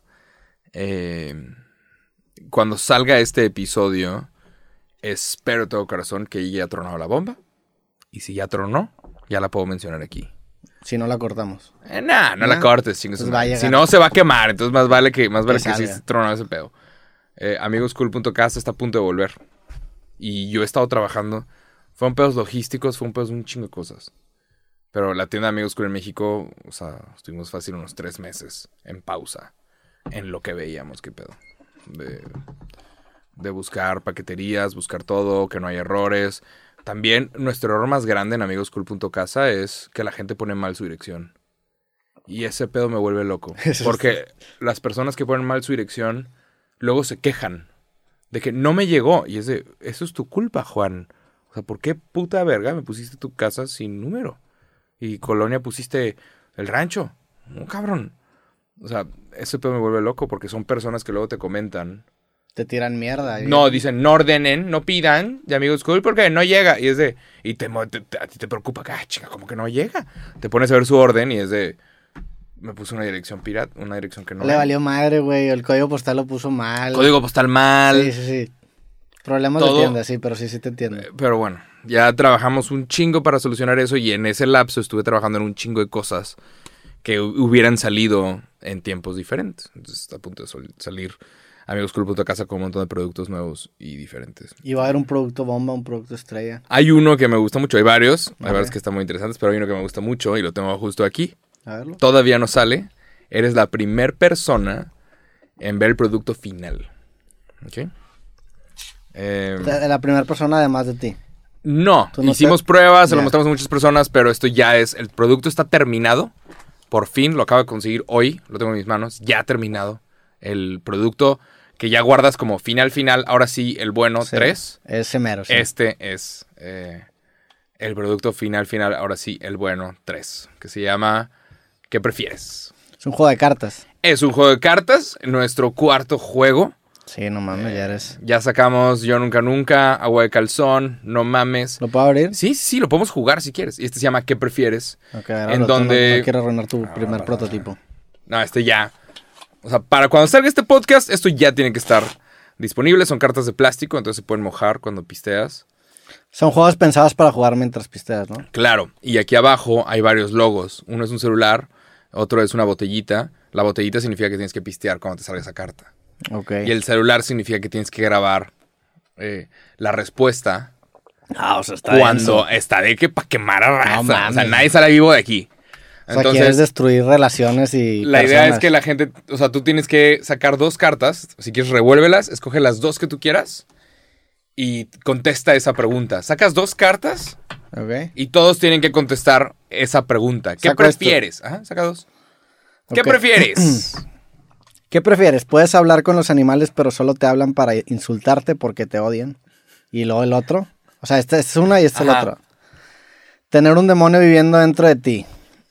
Cuando salga este episodio, espero de todo corazón que ya ha tronado la bomba. Y si ya tronó, ya la puedo mencionar aquí. Si no la cortamos. No la cortes, chingos. Pues si no, se va a quemar. Entonces más vale que salga. sí tronó ese pedo. Amigoscool.cast está a punto de volver. Y yo he estado trabajando. Fueron pedos logísticos, fueron pedos un chingo de cosas. Pero la tienda de Amigos Cool en México, o sea, estuvimos fácil unos 3 meses en pausa. En lo que veíamos, qué pedo. De buscar paqueterías, buscar todo, que no haya errores. También nuestro error más grande en amigoscool.casa es que la gente pone mal su dirección. Y ese pedo me vuelve loco. Porque las personas que ponen mal su dirección luego se quejan de que no me llegó. Y eso es tu culpa, Juan. O sea, ¿por qué puta verga me pusiste tu casa sin número? Y Colonia pusiste el rancho. No, cabrón. O sea, ese pedo me vuelve loco porque son personas que luego te comentan. Te tiran mierda. No, dicen, no ordenen, no pidan de Amigos Cool porque no llega. Y es de, a ti te preocupa, chinga, ¿cómo que no llega? Te pones a ver su orden y es de, me puso una dirección pirata, una dirección que no. Le valió madre, güey, el código postal lo puso mal. Código postal mal. Sí. Problemas de tienda, sí, pero sí te entiendo. Pero bueno, ya trabajamos un chingo para solucionar eso y en ese lapso estuve trabajando en un chingo de cosas que hubieran salido en tiempos diferentes. Entonces está a punto de salir Amigoscool.casa con un montón de productos nuevos y diferentes. Y va a haber un producto bomba, un producto estrella. Hay uno que me gusta mucho, hay varios que están muy interesantes, pero hay uno que me gusta mucho y lo tengo justo aquí. A verlo. Todavía no sale. Eres la primer persona en ver el producto final. ¿Ok? La primera persona además de ti. No, hicimos pruebas, se lo mostramos a muchas personas, pero esto ya es, el producto está terminado. Por fin, lo acabo de conseguir hoy, lo tengo en mis manos, ya terminado. El producto que ya guardas como final, ahora sí, el bueno, 3. Ese mero, sí. Este es el producto final, ahora sí, el bueno, 3. Que se llama ¿Qué prefieres? Es un juego de cartas. Es un juego de cartas, nuestro cuarto juego. Sí, no mames, ya eres. Ya sacamos Yo Nunca, Agua de Calzón, No Mames. ¿Lo puedo abrir? Sí, lo podemos jugar si quieres. Y este se llama ¿Qué prefieres? Ok, ahora en donde... no quiero arruinar tu primer prototipo. No, este ya... O sea, para cuando salga este podcast, esto ya tiene que estar disponible. Son cartas de plástico, entonces se pueden mojar cuando pisteas. Son juegos pensados para jugar mientras pisteas, ¿no? Claro, y aquí abajo hay varios logos. Uno es un celular, otro es una botellita. La botellita significa que tienes que pistear cuando te salga esa carta. Okay. Y el celular significa que tienes que grabar la respuesta o sea, está cuando denso. está de que para quemar a raza. No, o sea, nadie sale vivo de aquí. O sea, quieres destruir relaciones y la personas. idea es que la gente, o sea, tú tienes que sacar 2 cartas. Si quieres, revuélvelas, escoge las 2 que tú quieras y contesta esa pregunta. Sacas 2 cartas y todos tienen que contestar esa pregunta. ¿Qué prefieres? Ajá, saca 2. ¿Qué prefieres? ¿Qué prefieres? Puedes hablar con los animales, pero solo te hablan para insultarte porque te odian. Y luego el otro. O sea, esta es una y esta es la otra. Tener un demonio viviendo dentro de ti.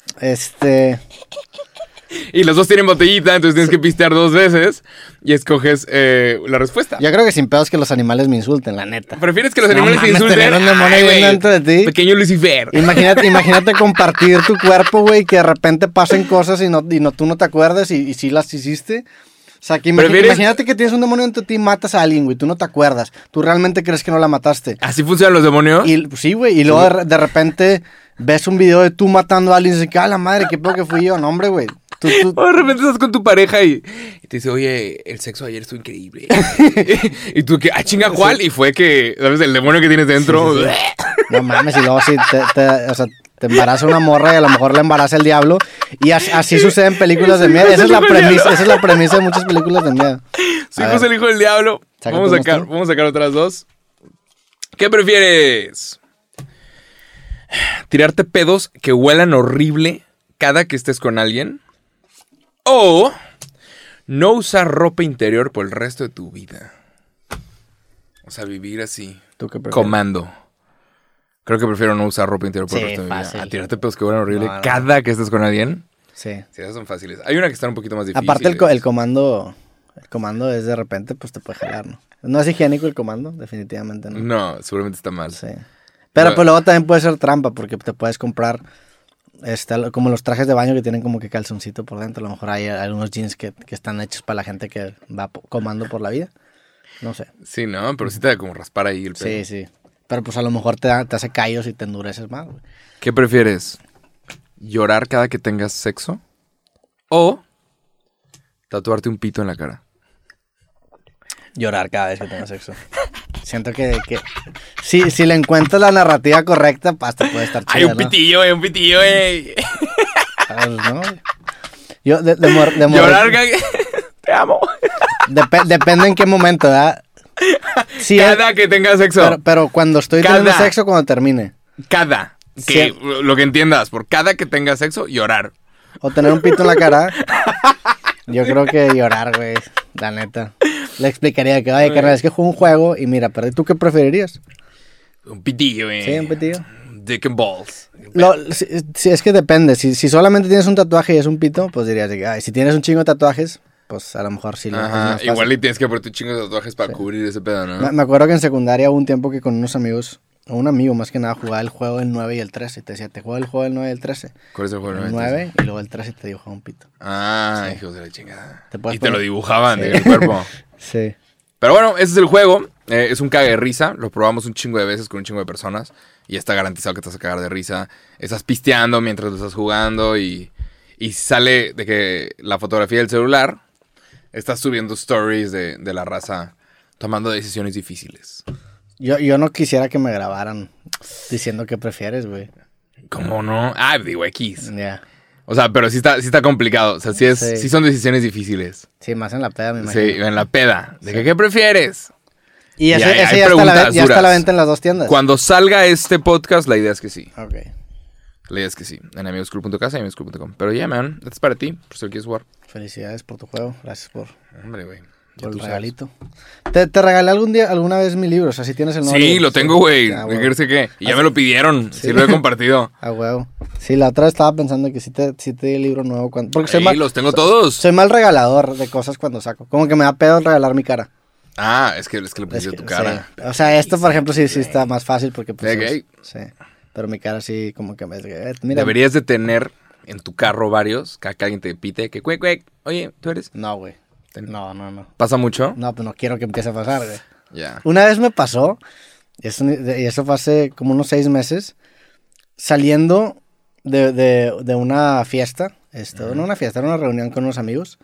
Y los dos tienen botellita, entonces tienes que pistear 2 veces y escoges la respuesta. Yo creo que sin pedos que los animales me insulten, la neta. ¿Prefieres que los animales te insulten? Tener un demonio viviendo dentro de ti. Pequeño Lucifer. Imagínate compartir tu cuerpo, güey, que de repente pasen cosas y tú no te acuerdas y sí las hiciste. O sea, que imagínate que tienes un demonio dentro de ti y matas a alguien, güey, tú no te acuerdas. Tú realmente crees que no la mataste. ¿Así funcionan los demonios? Sí, güey, y luego de repente ves un video de tú matando a alguien y dices, ¡ah, la madre, qué pedo que fui yo! No, hombre, güey. O de repente estás con tu pareja y te dice, oye, el sexo ayer estuvo increíble. Y tú, chinga, ¿cuál? Sí. Y fue que, ¿sabes? El demonio que tienes dentro. Sí. No mames, y luego sí te embaraza una morra y a lo mejor le embaraza el diablo. Y así sucede en películas de miedo. Esa es la premisa de muchas películas de miedo. Su hijo es el hijo del diablo. Vamos a sacar otras 2. ¿Qué prefieres? ¿Tirarte pedos que huelan horrible cada que estés con alguien? ¿O no usar ropa interior por el resto de tu vida? O sea, vivir así. ¿Tú qué prefieres? Comando. Creo que prefiero no usar ropa interior por el resto de mi vida. A tirarte pedos que huelan horrible cada que estés con alguien. Sí. Sí, esas son fáciles. Hay una que está un poquito más difícil. Aparte el comando es de repente, pues te puede jalar, ¿no? No es higiénico el comando, definitivamente no. No, seguramente está mal. Sí. Pero pues luego también puede ser trampa porque te puedes comprar como los trajes de baño que tienen como que calzoncito por dentro. A lo mejor hay algunos jeans que están hechos para la gente que va comando por la vida. No sé. Sí, no, pero sí te da como raspar ahí el pelo. Sí. Pero pues a lo mejor te hace callos y te endureces más, güey. ¿Qué prefieres? ¿Llorar cada que tengas sexo? ¿O tatuarte un pito en la cara? Llorar cada vez que tengas sexo. Siento que si le encuentras la narrativa correcta, hasta puede estar chido. Hay un pitillo, un pitillo, ¿no? Yo, llorar, te amo. Depende en qué momento, ¿verdad? Sí, cada que tengas sexo. Pero cuando estoy teniendo sexo, cuando termine. Cada. Que lo que entiendas, por cada que tengas sexo, llorar. O tener un pito en la cara. Yo creo que llorar, güey. La neta. Le explicaría que, oye, carnal, es que juego un juego y mira, pero ¿tú qué preferirías? Un pitillo, güey. Sí, un pitillo. Dick and balls. Sí, es que depende. Si solamente tienes un tatuaje y es un pito, pues dirías que, ay, si tienes un chingo de tatuajes, pues a lo mejor sí. Ajá, igual y tienes que ponerte un chingo de tatuajes para cubrir ese pedo, ¿no? Me acuerdo que en secundaria hubo un tiempo que con unos amigos, o un amigo más que nada, jugaba el juego del 9 y el 13. Y te decía, te juego el juego del 9 y el 13. ¿Cuál es el juego del 9? Y luego el 13 te dibujaba un pito. Ah, sí. Hijos de la chingada. Te lo dibujaban en el cuerpo. Sí. Pero bueno, ese es el juego. Es un cague de risa. Lo probamos un chingo de veces con un chingo de personas. Y está garantizado que te vas a cagar de risa. Estás pisteando mientras lo estás jugando. Y sale de que la fotografía del celular. Estás subiendo stories de la raza tomando decisiones difíciles. Yo no quisiera que me grabaran diciendo qué prefieres, güey. ¿Cómo no? Ah, digo X. Ya. Yeah. O sea, pero sí está complicado. O sea, sí son decisiones difíciles. Sí, más en la peda, me imagino. Sí, en la peda. ¿De qué prefieres? Y ese ya está a la venta en las 2 tiendas. Cuando salga este podcast, la idea es que sí. Ok. La idea es que sí. En amigosclub.casa y amigosclub.com. Pero ya, man, esto es para ti, por si lo quieres jugar. Felicidades por tu juego. Gracias por... Hombre, güey. Por el regalito. Te regalé alguna vez mi libro, o sea, si tienes el nuevo. Sí, lo tengo, güey. ¿Qué? Y ya me lo pidieron, sí lo he compartido. A huevo. Sí, la otra vez estaba pensando que sí te di el libro nuevo. Porque sí, los tengo todos. Soy mal regalador de cosas cuando saco. Como que me da pedo regalar mi cara. Ah, es que le pusiste tu cara. Sí. O sea, esto, por ejemplo, sí está más fácil porque... Pues, sí, pero mi cara sí como que me... Mira. Deberías de tener en tu carro varios, que alguien te pite, que cuec, oye, ¿tú eres? No, güey. No. ¿Pasa mucho? No, pues no quiero que empiece a pasar, güey. Ya. Una vez me pasó, y eso fue hace como unos 6 meses, saliendo de una fiesta, no una fiesta, era una reunión con unos amigos,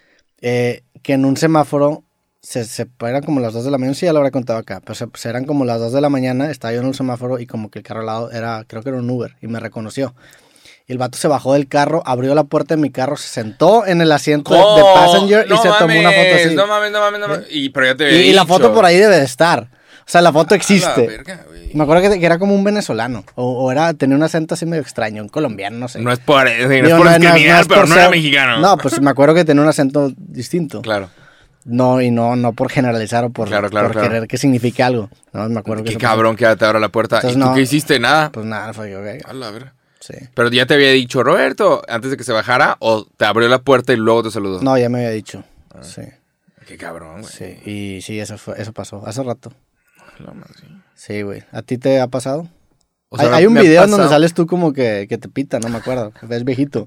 que en un semáforo, eran como las 2 de la mañana, sí ya lo habré contado acá, pero eran como las 2 de la mañana, estaba yo en un semáforo y como que el carro al lado creo que era un Uber, y me reconoció. Y el vato se bajó del carro, abrió la puerta de mi carro, se sentó en el asiento de passenger y se tomó una foto así. No mames. Pero ya te y la foto por ahí debe de estar. sea, la foto existe. Verga, Me acuerdo que era como un venezolano. O tenía un acento así medio extraño, un colombiano, no sé. No es por discriminar, pero no era mexicano. No, pues me acuerdo que tenía un acento distinto. Claro. No por generalizar o por querer que signifique algo. No, me acuerdo Qué cabrón que te abra la puerta. Entonces, ¿Y tú qué hiciste? Nada. Pues nada, fue ok. A la verga. Sí. Pero ya te había dicho Roberto antes de que se bajara o te abrió la puerta y luego te saludó. No, ya me había dicho. Sí. Qué cabrón, güey. Sí, y sí, eso pasó hace rato. Sí. Sí, güey. ¿A ti te ha pasado? O sea, hay un video en donde sales tú como que te pita, no me acuerdo. Ves viejito.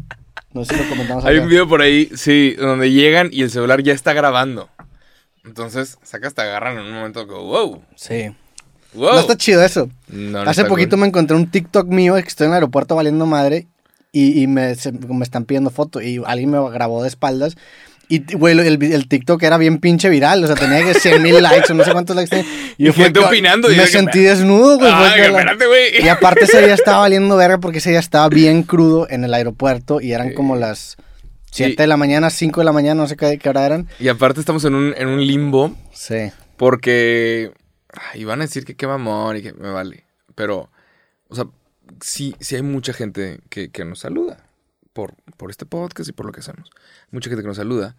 No sé si lo comentamos acá. Hay un video por ahí, sí, donde llegan y el celular ya está grabando. Entonces, sacas, te agarran en un momento que, wow. Sí. Wow. No está chido eso. No Hace poquito me encontré un TikTok mío que estoy en el aeropuerto valiendo madre y me están pidiendo foto y alguien me grabó de espaldas. Y, güey, el TikTok era bien pinche viral. O sea, tenía que 100,000 likes o no sé cuántos likes tenía. Y gente opinando. Me sentí desnudo, güey. Espérate, güey. Y aparte ese día estaba valiendo verga porque ese día estaba bien crudo en el aeropuerto y eran como las 7 de la mañana, 5 de la mañana, no sé qué hora eran. Y aparte estamos en un limbo. Sí. Porque van a decir que qué mamón y que me vale. Pero, o sea, sí hay mucha gente que nos saluda por este podcast y por lo que hacemos. Mucha gente que nos saluda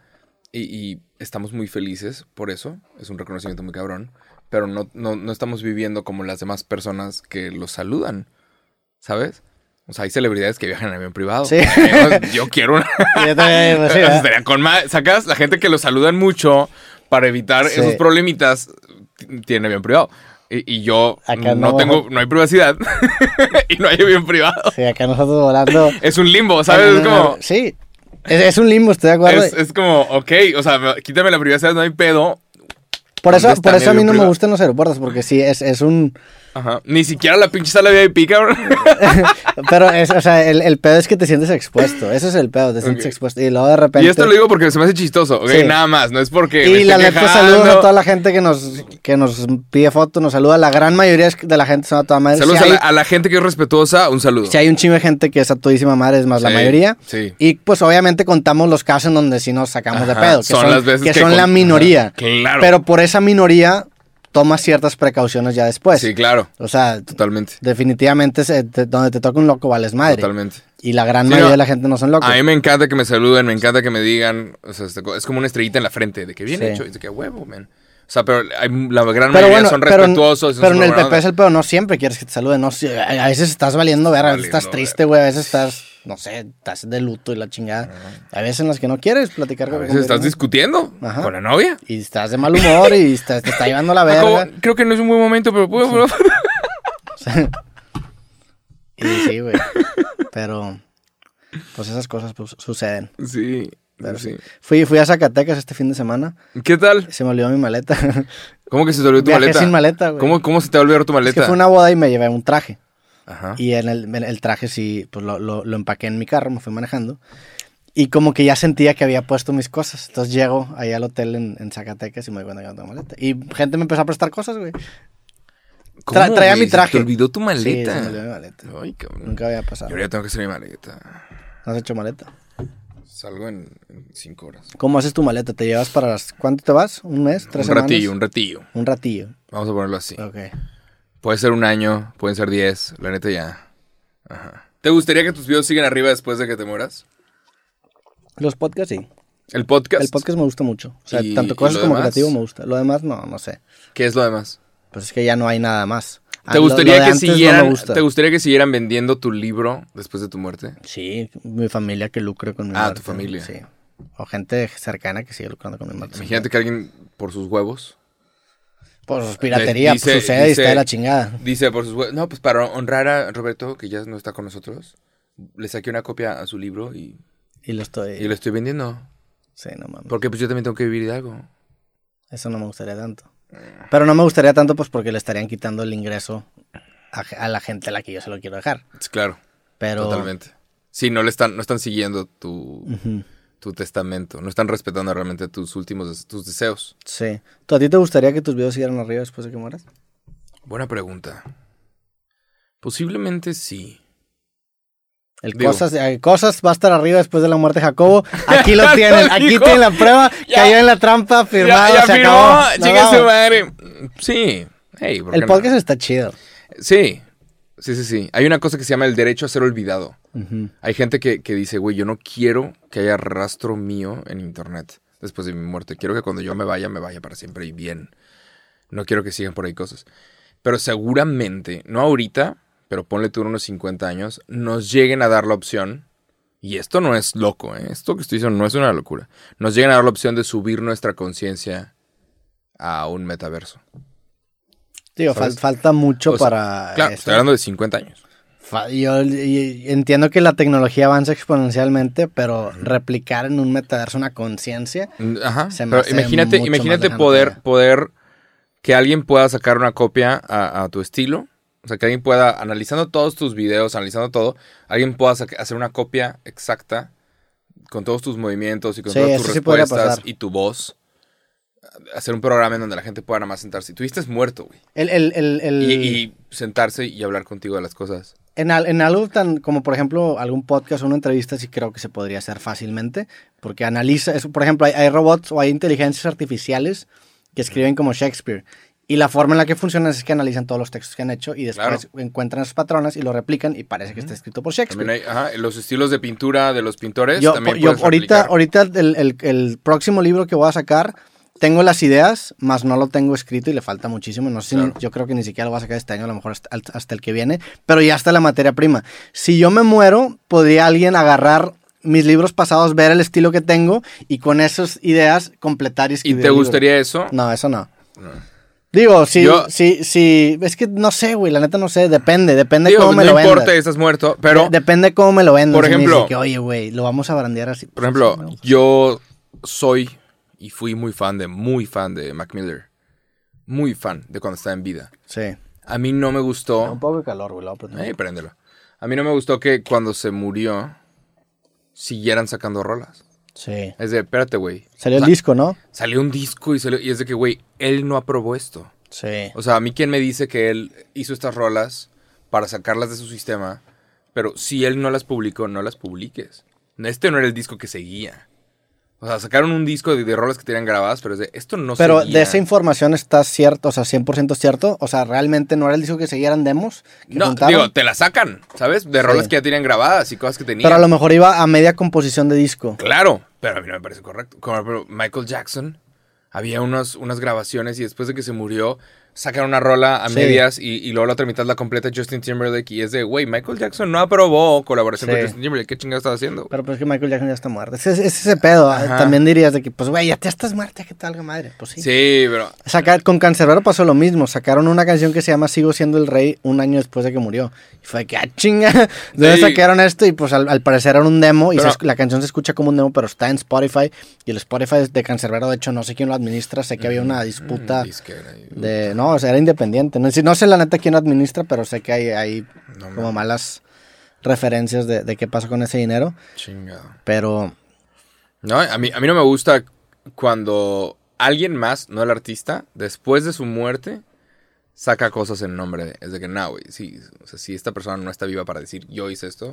y estamos muy felices por eso. Es un reconocimiento muy cabrón. Pero no estamos viviendo como las demás personas que los saludan, ¿sabes? O sea, hay celebridades que viajan en avión privado. Sí. Yo quiero una. Yo también, pues, sí, estaría con sacas la gente que los saludan mucho para evitar esos problemitas. Tiene avión privado. Y yo acá no hay privacidad y no hay avión privado. Sí, acá nosotros volando. Es un limbo, ¿sabes? Es como. Sí, es un limbo, estoy de acuerdo. Es como, ok, o sea, quítame la privacidad, no hay pedo. Por eso a mí no me gustan los aeropuertos, porque sí, es un... Ajá. Ni siquiera la pinche sala VIP, cabrón. Pero, o sea, el pedo es que te sientes expuesto. Ese es el pedo, te sientes expuesto. Y luego de repente... Y esto lo digo porque se me hace chistoso, ¿ok? Sí. Nada más, no es porque... Y la neta, saludos a toda la gente que nos pide fotos, nos saluda. La gran mayoría de la gente son a toda madre. Saludos a la gente que es respetuosa, un saludo. Si hay un chingo de gente que es a todísima madre, es más la mayoría. Sí. Y pues obviamente contamos los casos en donde sí nos sacamos de pedo. Son las veces que son la minoría. Ajá, claro. Pero por esa minoría... tomas ciertas precauciones ya después. Sí, claro. O sea, totalmente. Definitivamente donde te toca un loco vales madre. Totalmente. Y la gran mayoría de la gente no son locos. A mí me encanta que me saluden, me encanta que me digan, o sea, es como una estrellita en la frente, de que bien hecho, y de que huevo, man. O sea, pero la gran mayoría son respetuosos. Pero en el PP es el pedo, no siempre quieres que te saluden, no, a veces estás valiendo verga, a veces estás triste, güey, a veces estás, no sé, estás de luto y la chingada. Hay veces en las que no quieres platicar con a veces estás discutiendo con la novia. Y estás de mal humor y te está llevando la verga. Creo que no es un buen momento, pero puedo. Y sí, güey. Pero, pues esas cosas pues, suceden. Sí. Pero sí. Fui a Zacatecas este fin de semana. ¿Qué tal? Se me olvidó mi maleta. ¿Cómo que se te olvidó tu maleta? Sin maleta, güey. ¿Cómo se te olvidó tu maleta? Es que fue una boda y me llevé un traje. Ajá. Y en el traje sí, pues lo empaqué en mi carro, me fui manejando. Y como que ya sentía que había puesto mis cosas. Entonces llego ahí al hotel en Zacatecas y me doy cuenta que no tengo maleta. Y gente me empezó a prestar cosas, güey. Traía mi traje. ¿Se te olvidó tu maleta? Sí, se me olvidó mi maleta. Ay, cabrón. Nunca había pasado. Yo ya tengo que hacer mi maleta. ¿No has hecho maleta? Salgo en 5 horas. ¿Cómo haces tu maleta? ¿Te llevas para las... ¿Cuánto te vas? ¿Un mes? ¿3 semanas? Un ratillo. Un ratillo. Vamos a ponerlo así. Ok. Puede ser 1 año, pueden ser 10. La neta ya. Ajá. ¿Te gustaría que tus videos sigan arriba después de que te mueras? Los podcasts, sí. ¿El podcast? El podcast me gusta mucho. O sea, tanto cosas como creativo me gusta. Lo demás, no sé. ¿Qué es lo demás? Pues es que ya no hay nada más. ¿Te gustaría ¿Te gustaría que siguieran vendiendo tu libro después de tu muerte? Sí, mi familia que lucre con mi muerte. Tu familia. Sí. O gente cercana que sigue lucrando con mi muerte. Imagínate que alguien por sus huevos. Por sus piratería, sucede y está de la chingada. Dice por sus huevos. No, pues para honrar a Roberto, que ya no está con nosotros, le saqué una copia a su libro y lo estoy vendiendo. Sí, no mames. Porque pues yo también tengo que vivir de algo. Eso no me gustaría tanto. Pero no me gustaría tanto pues porque le estarían quitando el ingreso a la gente a la que yo se lo quiero dejar. Claro. Pero... Totalmente. Sí, no están siguiendo tu testamento. No están respetando realmente tus deseos. Sí. ¿A ti te gustaría que tus videos siguieran arriba después de que mueras? Buena pregunta. Posiblemente sí. Cosas va a estar arriba después de la muerte de Jacobo. Aquí lo tienen, aquí tienen la prueba. Cayó en la trampa, firmado, ya se firmó, acabó. chica su madre. Sí. Hey, el podcast está chido. Sí. Hay una cosa que se llama el derecho a ser olvidado. Hay gente que dice, güey, yo no quiero que haya rastro mío en internet después de mi muerte. Quiero que cuando yo me vaya para siempre y bien. No quiero que sigan por ahí cosas. Pero seguramente, no ahorita, pero ponle tú unos 50 años, nos lleguen a dar la opción, y esto no es loco, esto que estoy diciendo no es una locura, nos lleguen a dar la opción de subir nuestra conciencia a un metaverso. Digo, falta mucho para claro, estoy hablando de 50 años. Yo entiendo que la tecnología avanza exponencialmente, pero replicar en un metaverso una conciencia se me hace imagínate poder que alguien pueda sacar una copia a tu estilo. O sea, que alguien pueda, analizando todos tus videos, analizando todo, alguien pueda hacer una copia exacta con todos tus movimientos y con todas tus respuestas y tu voz. Hacer un programa en donde la gente pueda nada más sentarse. Tú estés muerto, güey. Y sentarse y hablar contigo de las cosas. En algo tan como, por ejemplo, algún podcast o una entrevista, sí creo que se podría hacer fácilmente. Porque analiza, por ejemplo, hay robots o hay inteligencias artificiales que escriben como Shakespeare. Y la forma en la que funciona es que analizan todos los textos que han hecho y después encuentran esos patrones y lo replican y parece que está escrito por Shakespeare. También hay los estilos de pintura de los pintores. Yo ahorita el próximo libro que voy a sacar, tengo las ideas, más no lo tengo escrito y le falta muchísimo. No sé si yo creo que ni siquiera lo voy a sacar este año, a lo mejor hasta el que viene, pero ya está la materia prima. Si yo me muero, podría alguien agarrar mis libros pasados, ver el estilo que tengo y con esas ideas completar y escribir. ¿Y te gustaría eso? No, eso no. Digo, sí, es que no sé, güey, la neta no sé, depende cómo me lo vendas. No importa, estás muerto, pero... Depende cómo me lo vendas. Por ejemplo... Oye, güey, lo vamos a brandear así. Por ejemplo, yo soy y fui muy fan de Mac Miller. Muy fan de cuando estaba en vida. Sí. A mí no me gustó... Un poco de calor, güey. Préndelo. A mí no me gustó que cuando se murió siguieran sacando rolas. Sí. Es de, espérate, güey. Salió el disco, ¿no? Salió un disco y es de que, güey, él no aprobó esto. Sí. O sea, a mí quién me dice que él hizo estas rolas para sacarlas de su sistema, pero si él no las publicó, no las publiques. Este no era el disco que seguía. O sea, sacaron un disco de rolas que tenían grabadas, pero esto no seguía. Pero de esa información está cierto, o sea, 100% cierto. O sea, realmente no era el disco que seguía, eran demos. No, digo, te la sacan, ¿sabes? De rolas que ya tenían grabadas y cosas que tenían. Pero a lo mejor iba a media composición de disco. Claro, pero a mí no me parece correcto. Como Michael Jackson, había unas grabaciones y después de que se murió, sacan una rola a medias y luego la otra mitad la completa Justin Timberlake y es de, güey, Michael Jackson no aprobó colaboración con Justin Timberlake, ¿qué chingados estaba haciendo? Pero pues que Michael Jackson ya está muerto. Es ese pedo. También dirías de que, pues, güey, ya te estás muerta, ¿qué tal, madre? Pues sí. Sí, pero... Con Canserbero pasó lo mismo. Sacaron una canción que se llama Sigo siendo el rey un año después de que murió. Y fue que, chinga, ¿de dónde sacaron esto? Y pues al parecer era un demo y la canción se escucha como un demo, pero está en Spotify. Y el Spotify de Canserbero, de hecho, no sé quién lo administra. Sé que había una disputa de... No, o sea, era independiente. No sé la neta quién administra, pero sé que hay como malas referencias de qué pasó con ese dinero. Chingado. Pero... No, a mí no me gusta cuando alguien más, no el artista, después de su muerte, saca cosas en nombre de... Es de que, no, güey, sí, o sea, si esta persona no está viva para decir, yo hice esto...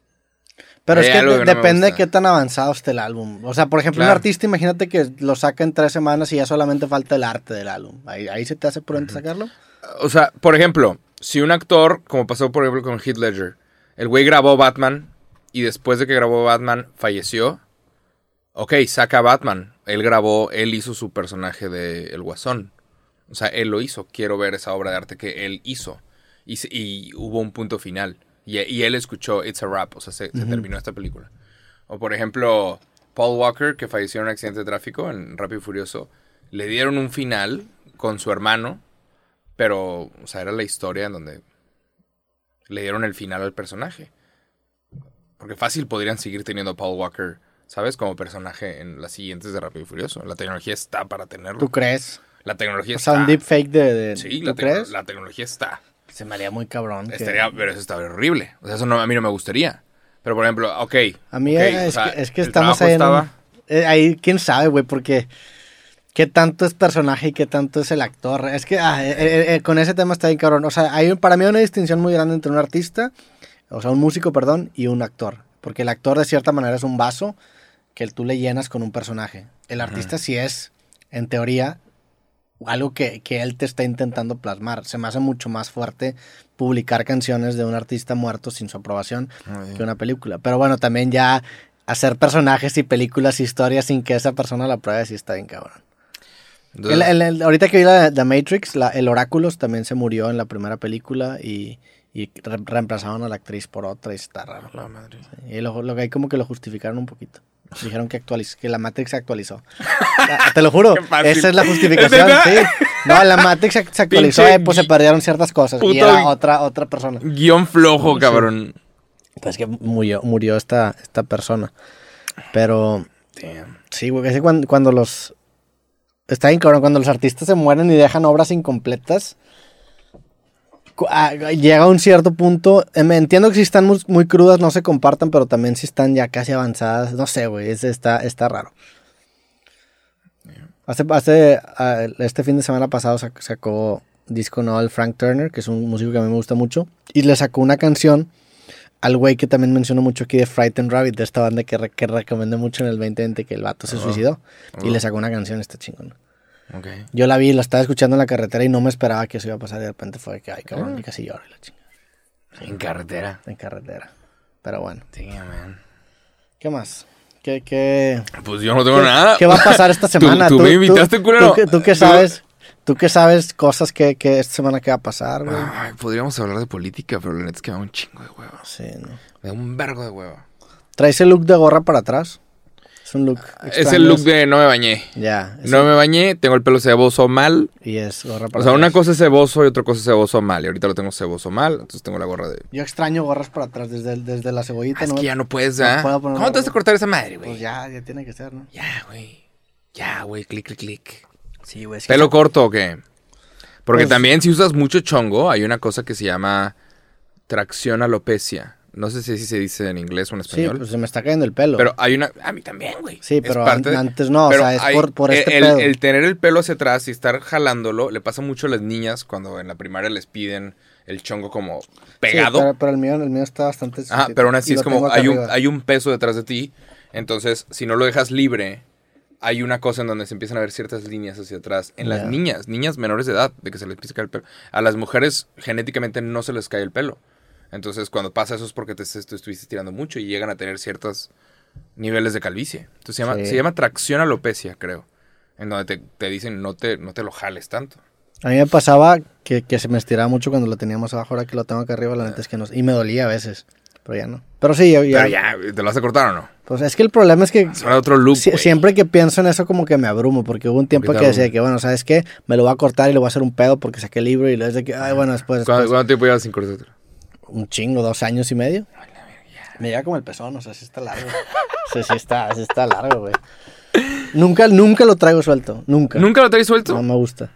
Pero es que depende de qué tan avanzado esté el álbum. O sea, por ejemplo, un artista, imagínate que lo saca en 3 semanas y ya solamente falta el arte del álbum. ¿Ahí se te hace prudente sacarlo? O sea, por ejemplo, si un actor, como pasó por ejemplo con Heath Ledger, el güey grabó Batman y después de que grabó Batman falleció, ok, saca Batman. Él hizo su personaje de El Guasón. O sea, él lo hizo. Quiero ver esa obra de arte que él hizo. Y hubo un punto final. Y él escuchó It's a Wrap, o sea, se terminó esta película. O por ejemplo, Paul Walker, que falleció en un accidente de tráfico en Rápido y Furioso, le dieron un final con su hermano, pero, o sea, era la historia en donde le dieron el final al personaje. Porque fácil podrían seguir teniendo a Paul Walker, ¿sabes? Como personaje en las siguientes de Rápido y Furioso. La tecnología está para tenerlo. ¿Tú crees? La tecnología está. O sea, un deepfake de Sí, ¿tú crees? La tecnología está. Se me haría muy cabrón. Pero eso estaría horrible. O sea, eso a mí no me gustaría. Pero, por ejemplo, ok. A mí es que estamos ahí ahí, quién sabe, güey, porque qué tanto es personaje y qué tanto es el actor. Es que con ese tema está bien cabrón. O sea, para mí hay una distinción muy grande entre un artista, O sea, un músico, perdón, y un actor. Porque el actor de cierta manera es un vaso que tú le llenas con un personaje. El artista sí es, en teoría, algo que él te está intentando plasmar. Se me hace mucho más fuerte publicar canciones de un artista muerto sin su aprobación que una película. Pero bueno, también ya hacer personajes y películas, historias sin que esa persona la pruebe, sí está bien cabrón. Ahorita que vi la Matrix, el Oráculos también se murió en la primera película y reemplazaron a la actriz por otra y está raro. La madre. Sí, y lo que hay como que lo justificaron un poquito. Dijeron que la Matrix se actualizó. Te lo juro, esa es la justificación. Sí. No, la Matrix se actualizó, pues se perdieron ciertas cosas. Y era otra persona. Guión flojo, cabrón. Sí. Pues que murió esta persona. Pero damn. Sí, güey, es cuando los... Está bien cabrón, cuando los artistas se mueren y dejan obras incompletas, llega a un cierto punto, entiendo que si están muy crudas no se compartan, pero también si están ya casi avanzadas, no sé, güey, está raro. Este fin de semana pasado sacó disco nuevo el Frank Turner, que es un músico que a mí me gusta mucho, y le sacó una canción al güey que también menciono mucho aquí de Frightened Rabbit, de esta banda que recomendé mucho en el 2020, que el vato se suicidó, y le sacó una canción, está chingón. Okay. Yo la estaba escuchando en la carretera y no me esperaba que eso iba a pasar, y de repente fue que, ay, cabrón, y casi lloro y la chingada. Sí, ¿en carretera? En carretera, pero bueno. Damn, man. ¿Qué más? ¿Qué? Pues yo no tengo nada. ¿Qué va a pasar esta semana? ¿Tú me invitaste, culero? ¿Tú qué sabes? ¿Tú qué sabes cosas que esta semana qué va a pasar, güey? Ay, podríamos hablar de política, pero la neta es que me da un chingo de hueva. Sí, ¿no? Me da un vergo de hueva. ¿Traes el look de gorra para atrás? Es un look extraño. Es el look de no me bañé. Ya. No me bañé, tengo el pelo ceboso mal. Y es gorra para atrás. O sea, una cosa es ceboso y otra cosa es ceboso mal. Y ahorita lo tengo ceboso mal, entonces tengo la gorra de... Yo extraño gorras para atrás desde la cebollita. Es que ya no puedes, ¿ah? No ¿Cómo te vas a cortar esa madre, güey? Pues ya tiene que ser, ¿no? Ya, güey, clic. Sí, güey. ¿Pelo corto o qué? Porque pues, también si usas mucho chongo, hay una cosa que se llama tracción alopecia. No sé si se dice en inglés o en español. Sí, pues se me está cayendo el pelo. Pero hay una... A mí también, güey. Sí, pero antes no, pero o sea, es por este pedo. El tener el pelo hacia atrás y estar jalándolo, le pasa mucho a las niñas cuando en la primaria les piden el chongo como pegado. Sí, pero el mío está bastante... Ajá, pero aún así es como hay un peso detrás de ti. Entonces, si no lo dejas libre, hay una cosa en donde se empiezan a ver ciertas líneas hacia atrás. En las niñas menores de edad, de que se les empieza a caer el pelo. A las mujeres genéticamente no se les cae el pelo. Entonces, cuando pasa eso es porque te estuviste tirando mucho y llegan a tener ciertos niveles de calvicie. Entonces, se llama tracción alopecia, creo. En donde te dicen no te lo jales tanto. A mí me pasaba que se me estiraba mucho cuando lo teníamos abajo. Ahora que lo tengo acá arriba, la neta es que no. Y me dolía a veces. Pero ya no. Pero sí, Pero ya, ¿te lo vas a cortar o no? Pues es que el problema es que... Suena otro look, siempre que pienso en eso como que me abrumo. Porque hubo un tiempo que decía que, bueno, ¿sabes qué? Me lo voy a cortar y lo voy a hacer un pedo porque saqué el libro y lo es de que, ay, bueno, después... ¿Cuánto tiempo llevas sin cortártelo? Un chingo, 2 años y medio. Me llega como el pezón, o sea, sí está largo. Sí está largo, güey. Nunca lo traigo suelto, nunca. ¿Nunca lo traes suelto? No me gusta.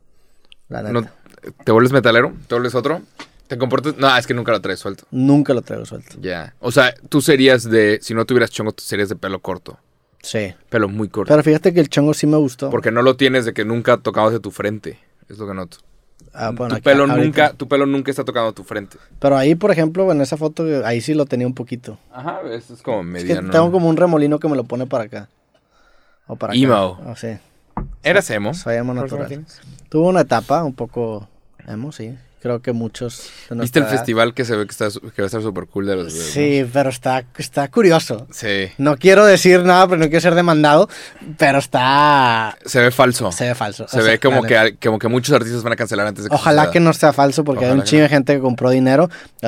La neta. No, ¿te vuelves metalero? ¿Te vuelves otro? ¿Te comportas? No, es que nunca lo traes suelto. Nunca lo traigo suelto. Ya. O sea, tú serías si no tuvieras chongo, tú serías de pelo corto. Sí. Pelo muy corto. Pero fíjate que el chongo sí me gustó. Porque no lo tienes de que nunca tocabas de tu frente. Es lo que noto. Bueno, tu pelo nunca está tocando tu frente. Pero ahí, por ejemplo, en esa foto, ahí sí lo tenía un poquito. Ajá, es como mediano. Es que tengo como un remolino que me lo pone para acá. O para emo. acá. Oh, sí. ¿Eras emo? Soy emo natural. Tuve una etapa un poco emo, sí. Creo que muchos... ¿Viste el festival que se ve que va a estar súper cool de los bebés? Sí, pero está curioso. Sí. No quiero decir nada, pero no quiero ser demandado, pero está... Se ve falso. Se ve falso. Se ve como que muchos artistas van a cancelar antes de que Ojalá que no sea falso, porque hay un chingo de gente que compró dinero.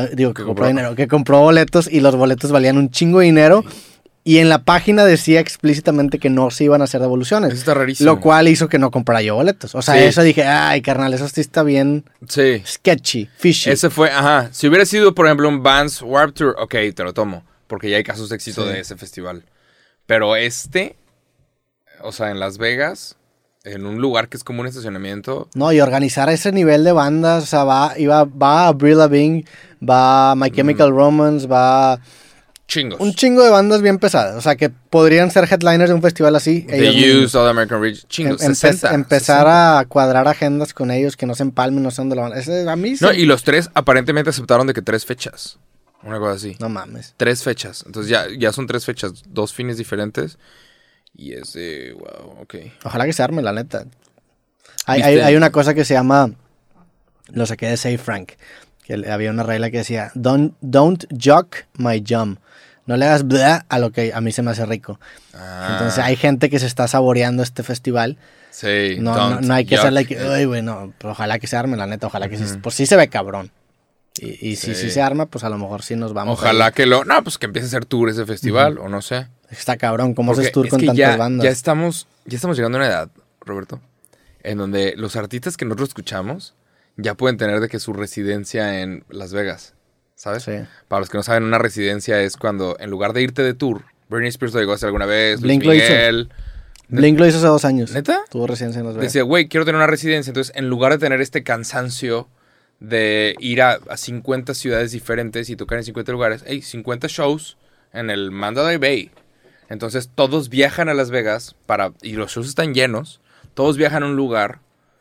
Que compró boletos y los boletos valían un chingo de dinero. Y en la página decía explícitamente que no se iban a hacer devoluciones. Eso está rarísimo. Lo cual hizo que no comprara yo boletos. O sea, eso dije, ay, carnal, eso sí está bien sketchy, fishy. Ese fue, si hubiera sido, por ejemplo, un Vans Warped Tour, ok, te lo tomo. Porque ya hay casos de éxito de ese festival. Pero o sea, en Las Vegas, en un lugar que es como un estacionamiento. No, y organizar ese nivel de bandas, o sea, va Avril Lavigne, va My Chemical Romance, va... Chingos. Un chingo de bandas bien pesadas. O sea, que podrían ser headliners de un festival así. The Used, All American Rich. Chingos. Empezar a cuadrar agendas con ellos que no se empalmen, no sé dónde lo van. A mí sí. No, y los 3 aparentemente aceptaron de que 3 fechas. Una cosa así. No mames. 3 fechas. Entonces ya son 3 fechas. 2 fines diferentes. Y es de... Wow, ok. Ojalá que se arme, la neta. Hay una cosa que se llama... Lo saqué de Save Frank. Que había una regla que decía... Don't jock my jump. No le hagas bla a lo que a mí se me hace rico. Entonces hay gente que se está saboreando este festival. Sí. No hay que hacerle que... Ay, güey, no. Pero ojalá que se arme, la neta. Ojalá que sí. Pues sí se ve cabrón. Y si sí se arma, pues a lo mejor sí nos vamos. Ojalá que no, pues que empiece a ser tour ese festival, o no sé. Está cabrón, ¿cómo haces tour es con que tantas bandas? Ya estamos llegando a una edad, Roberto, en donde los artistas que nosotros escuchamos ya pueden tener de que su residencia en Las Vegas, ¿sabes? Sí. Para los que no saben, una residencia es cuando, en lugar de irte de tour, Britney Spears lo llegó a hacer alguna vez, Blink Luis Miguel... Blink lo hizo hace 2 años. ¿Neta? Tuvo residencia en Las Vegas. Decía, güey, quiero tener una residencia. Entonces, en lugar de tener este cansancio de ir a 50 ciudades diferentes y tocar en 50 lugares, 50 shows en el Mandalay Bay. Entonces, todos viajan a Las Vegas y los shows están llenos. Todos viajan a un lugar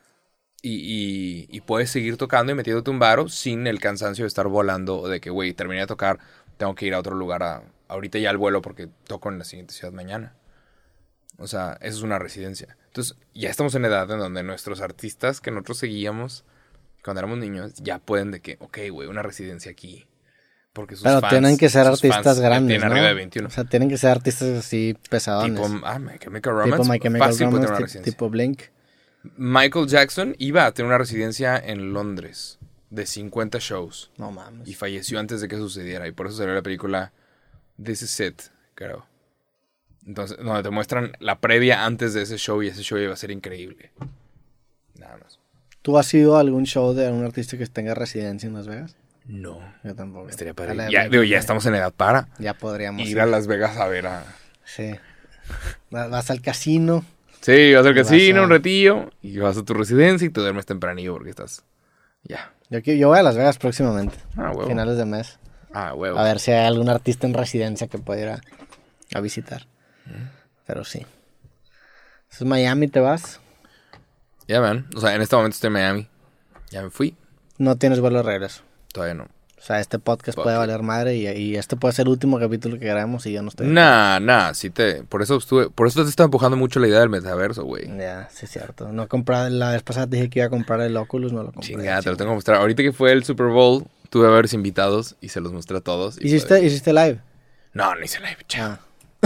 y puedes seguir tocando y metiéndote un varo sin el cansancio de estar volando o de que, güey, terminé de tocar, tengo que ir a otro lugar ahorita ya al vuelo porque toco en la siguiente ciudad mañana. O sea, eso es una residencia. Entonces, ya estamos en edad en donde nuestros artistas que nosotros seguíamos cuando éramos niños ya pueden de que, ok, güey, una residencia aquí. Porque sus Pero fans, tienen que ser artistas grandes, tienen ¿no? arriba de 21. O sea, tienen que ser artistas así pesadones. Tipo, My Chemical Romance. Tipo My Chemical fácil puede tener una Romance, residencia. tipo Blink. Michael Jackson iba a tener una residencia en Londres de 50 shows. No mames. Y falleció antes de que sucediera. Y por eso salió la película This Is It, creo. Entonces, donde te muestran la previa antes de ese show y ese show iba a ser increíble. Nada más. ¿Tú has ido a algún show de algún artista que tenga residencia en Las Vegas? No. Yo tampoco. Estaría padre. Ya estamos en edad para Ya podríamos ir a Las Vegas a ver a... Sí. Vas al casino. Sí, vas al casino, un ratillo, y vas a tu residencia y te duermes tempranillo porque estás... Ya. Yo voy a Las Vegas próximamente. Huevo. Finales de mes. Huevo. A ver si hay algún artista en residencia que pueda ir a visitar. Pero sí. ¿Es Miami, te vas? Ya ven. O sea, en este momento estoy en Miami. Ya me fui. No tienes vuelo de regreso. Todavía no. O sea, este podcast puede valer madre y este puede ser el último capítulo que grabemos y yo no estoy... Sí por eso te estaba empujando mucho la idea del metaverso, güey. Ya, sí es cierto. No compré, la vez pasada dije que iba a comprar el Oculus, no lo compré. Chingada, te lo tengo que mostrar. Ahorita que fue el Super Bowl, tuve varios invitados y se los mostré a todos. ¿Hiciste live? No hice live, chao.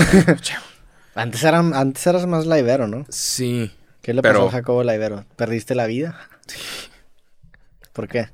Antes eras más livero, ¿no? Sí. ¿Qué le pasó a Jacobo Livero? ¿Perdiste la vida? Sí. ¿Por qué?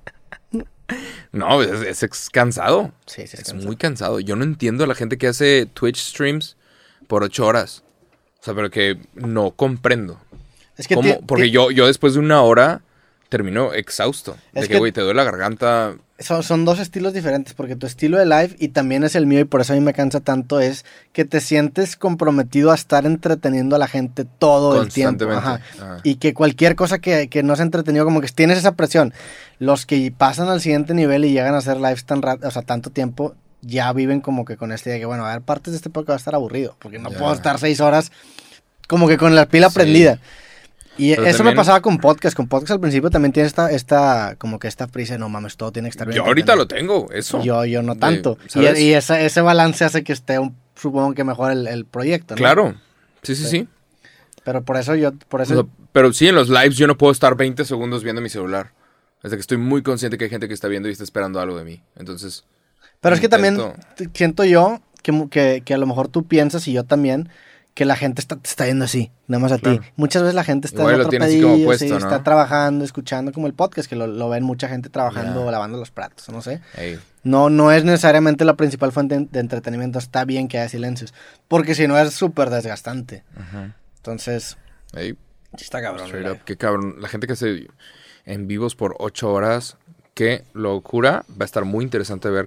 No, es cansado. Sí, es cansado. Muy cansado. Yo no entiendo a la gente que hace Twitch streams por 8 horas. O sea, pero que no comprendo. Es que ¿Cómo? Porque yo después de 1 hora termino exhausto. De que, güey, te duele la garganta. Son 2 estilos diferentes, porque tu estilo de live, y también es el mío, y por eso a mí me cansa tanto, es que te sientes comprometido a estar entreteniendo a la gente todo el tiempo. Ajá. Y que cualquier cosa que no sea entretenido, como que tienes esa presión. Los que pasan al siguiente nivel y llegan a hacer lives tanto tiempo, ya viven como que con este de que, bueno, a ver, partes de este podcast va a estar aburrido, porque no puedo estar 6 horas como que con la pila prendida. Y pero eso también me pasaba con podcast. Con podcast al principio también tienes esta como que esta prisa, no mames, todo tiene que estar bien. Yo ahorita lo tengo, eso. Yo no tanto. Y ese balance hace que esté, supongo que mejor el proyecto, ¿no? Claro. Sí. Pero por eso pero sí, en los lives yo no puedo estar 20 segundos viendo mi celular. Desde que estoy muy consciente que hay gente que está viendo y está esperando algo de mí. Entonces... Pero es que también siento yo que a lo mejor tú piensas, y yo también... que la gente te está viendo así, nada más a ti. Muchas veces la gente está en otro pedillo, puesto, ¿no? Está trabajando, escuchando, como el podcast, que lo ven mucha gente trabajando, lavando los platos, no sé. No es necesariamente la principal fuente de entretenimiento. Está bien que haya silencios, porque si no es súper desgastante. Entonces, sí está cabrón. Qué cabrón. La gente que hace en vivos por 8 horas, qué locura. Va a estar muy interesante ver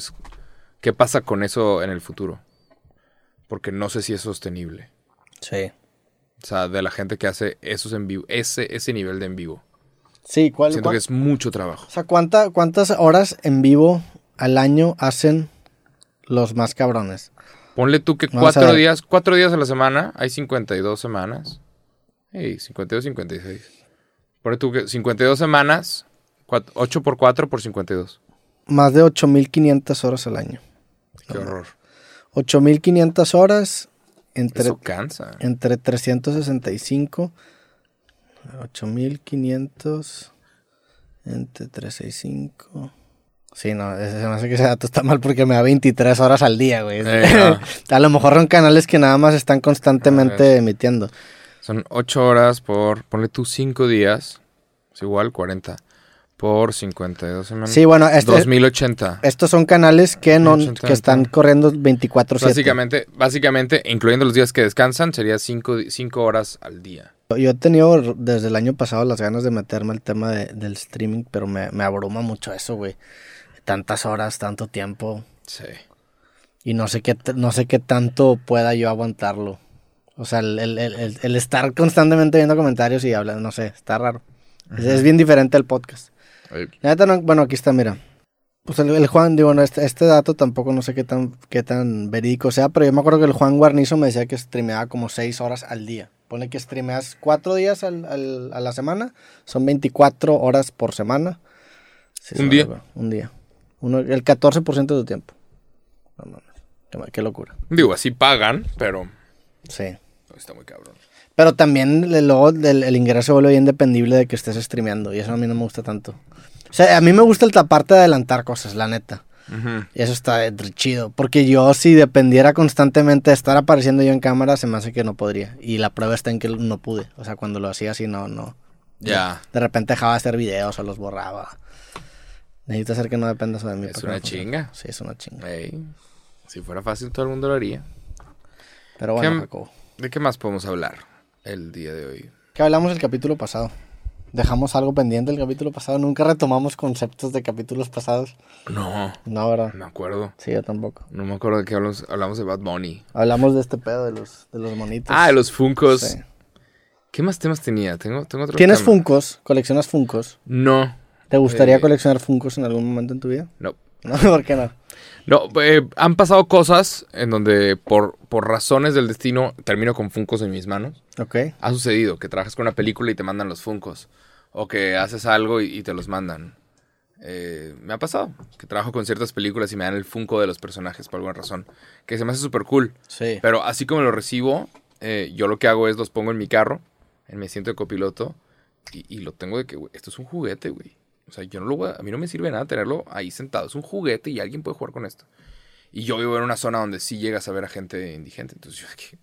qué pasa con eso en el futuro. Porque no sé si es sostenible. Sí. O sea, de la gente que hace esos en vivo, ese nivel de en vivo. Sí, siento que es mucho trabajo. O sea, ¿cuántas horas en vivo al año hacen los más cabrones? Ponle tú que 4 días a la semana, hay 52 semanas. 52, 56. Ponle tú que 52 semanas, 8 por 4 por 52. más de 8,500 horas al año. Qué horror. 8,500 horas Eso cansa. entre 365. 8,500 entre 365. Sí, no, se me hace que ese dato está mal porque me da 23 horas al día, güey. No. A lo mejor son canales que nada más están constantemente emitiendo. Son 8 horas por, ponle tú 5 días, es igual 40, por 52 semanas. Sí, bueno, 2080. Estos son canales que no 2080. que están corriendo 24/7. Básicamente, incluyendo los días que descansan, sería 5 horas al día. Yo he tenido desde el año pasado las ganas de meterme al tema del streaming, pero me abruma mucho eso, güey. Tantas horas, tanto tiempo. Sí. Y no sé qué tanto pueda yo aguantarlo. O sea, el estar constantemente viendo comentarios y hablando, no sé, está raro. Es bien diferente al podcast. La neta no, bueno, aquí está, mira. Pues el Juan, digo, no, este dato tampoco no sé qué tan verídico sea, pero yo me acuerdo que el Juan Guarnizo me decía que streameaba como 6 horas al día. Pone que streameas 4 días a la semana, son 24 horas por semana. Sí, ¿Un día? Un día. El 14% de tu tiempo. No mames, qué locura. Digo, así pagan, pero Sí. está muy cabrón. Pero también luego el ingreso se vuelve bien dependible de que estés streameando. Y eso a mí no me gusta tanto. O sea, a mí me gusta la parte de adelantar cosas, la neta. Uh-huh. Y eso está chido. Porque yo, si dependiera constantemente de estar apareciendo yo en cámara, se me hace que no podría. Y la prueba está en que no pude. O sea, cuando lo hacía así, no. Ya. De repente dejaba de hacer videos o los borraba. Necesito hacer que no dependa de mí. Es una chinga. Sí, es una chinga. Ey, si fuera fácil, todo el mundo lo haría. Pero bueno, Jacobo. ¿De qué más podemos hablar el día de hoy? ¿Qué hablamos el capítulo pasado? Dejamos algo pendiente el capítulo pasado. Nunca retomamos conceptos de capítulos pasados. No, ¿Verdad? no me acuerdo. Sí, yo tampoco. No me acuerdo de qué hablamos de Bad Bunny. Hablamos de este pedo de los monitos. Ah, de los Funkos. Sí. ¿Qué más temas tenía? Tengo otro ¿Tienes tema. Funkos? ¿Coleccionas Funkos? No. ¿Te gustaría coleccionar Funkos en algún momento en tu vida? No. No, ¿por qué no? No, han pasado cosas en donde por razones del destino termino con Funkos en mis manos. Ok. Ha sucedido que trabajas con una película y te mandan los Funkos. O que haces algo y te los mandan. Me ha pasado que trabajo con ciertas películas y me dan el Funko de los personajes por alguna razón. Que se me hace súper cool. Sí. Pero así como lo recibo, yo lo que hago es los pongo en mi carro, en mi asiento de copiloto, y lo tengo de que, güey, esto es un juguete, güey. O sea, yo no lo voy a mí no me sirve nada tenerlo ahí sentado. Es un juguete y alguien puede jugar con esto. Y yo vivo en una zona donde sí llegas a ver a gente indigente. Entonces yo dije,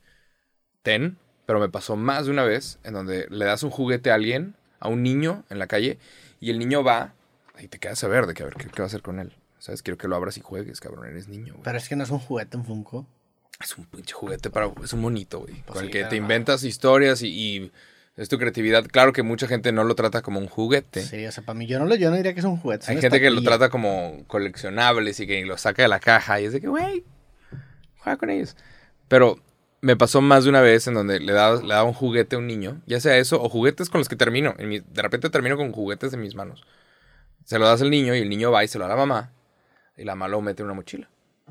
pero me pasó más de una vez en donde le das un juguete a alguien, a un niño en la calle, y el niño va y te quedas a ver de que a ver qué va a hacer con él. ¿Sabes? Quiero que lo abras y juegues, cabrón. Eres niño, güey. Pero es que no es un juguete, un Funko. Es un pinche juguete es un monito, güey. Pues Con el sí, que pero te no. inventas historias y es tu creatividad. Claro que mucha gente no lo trata como un juguete. Sí, o sea, para mí yo no diría que es un juguete. Hay gente que lo trata como coleccionables y que lo saca de la caja y es de que, güey, juega con ellos. Pero me pasó más de una vez en donde le daba un juguete a un niño, ya sea eso o juguetes con los que termino. De repente termino con juguetes en mis manos. Se lo das al niño y el niño va y se lo da a la mamá y la mamá lo mete en una mochila.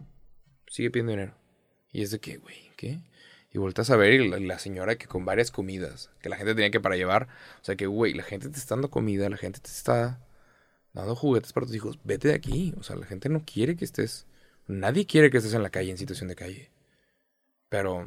Sigue pidiendo dinero. Y es de que, güey, ¿qué? Y volteas a ver y la señora que con varias comidas que la gente tenía que para llevar. O sea que, güey, la gente te está dando comida, la gente te está dando juguetes para tus hijos. Vete de aquí. O sea, la gente no quiere que estés... Nadie quiere que estés en la calle, en situación de calle. Pero...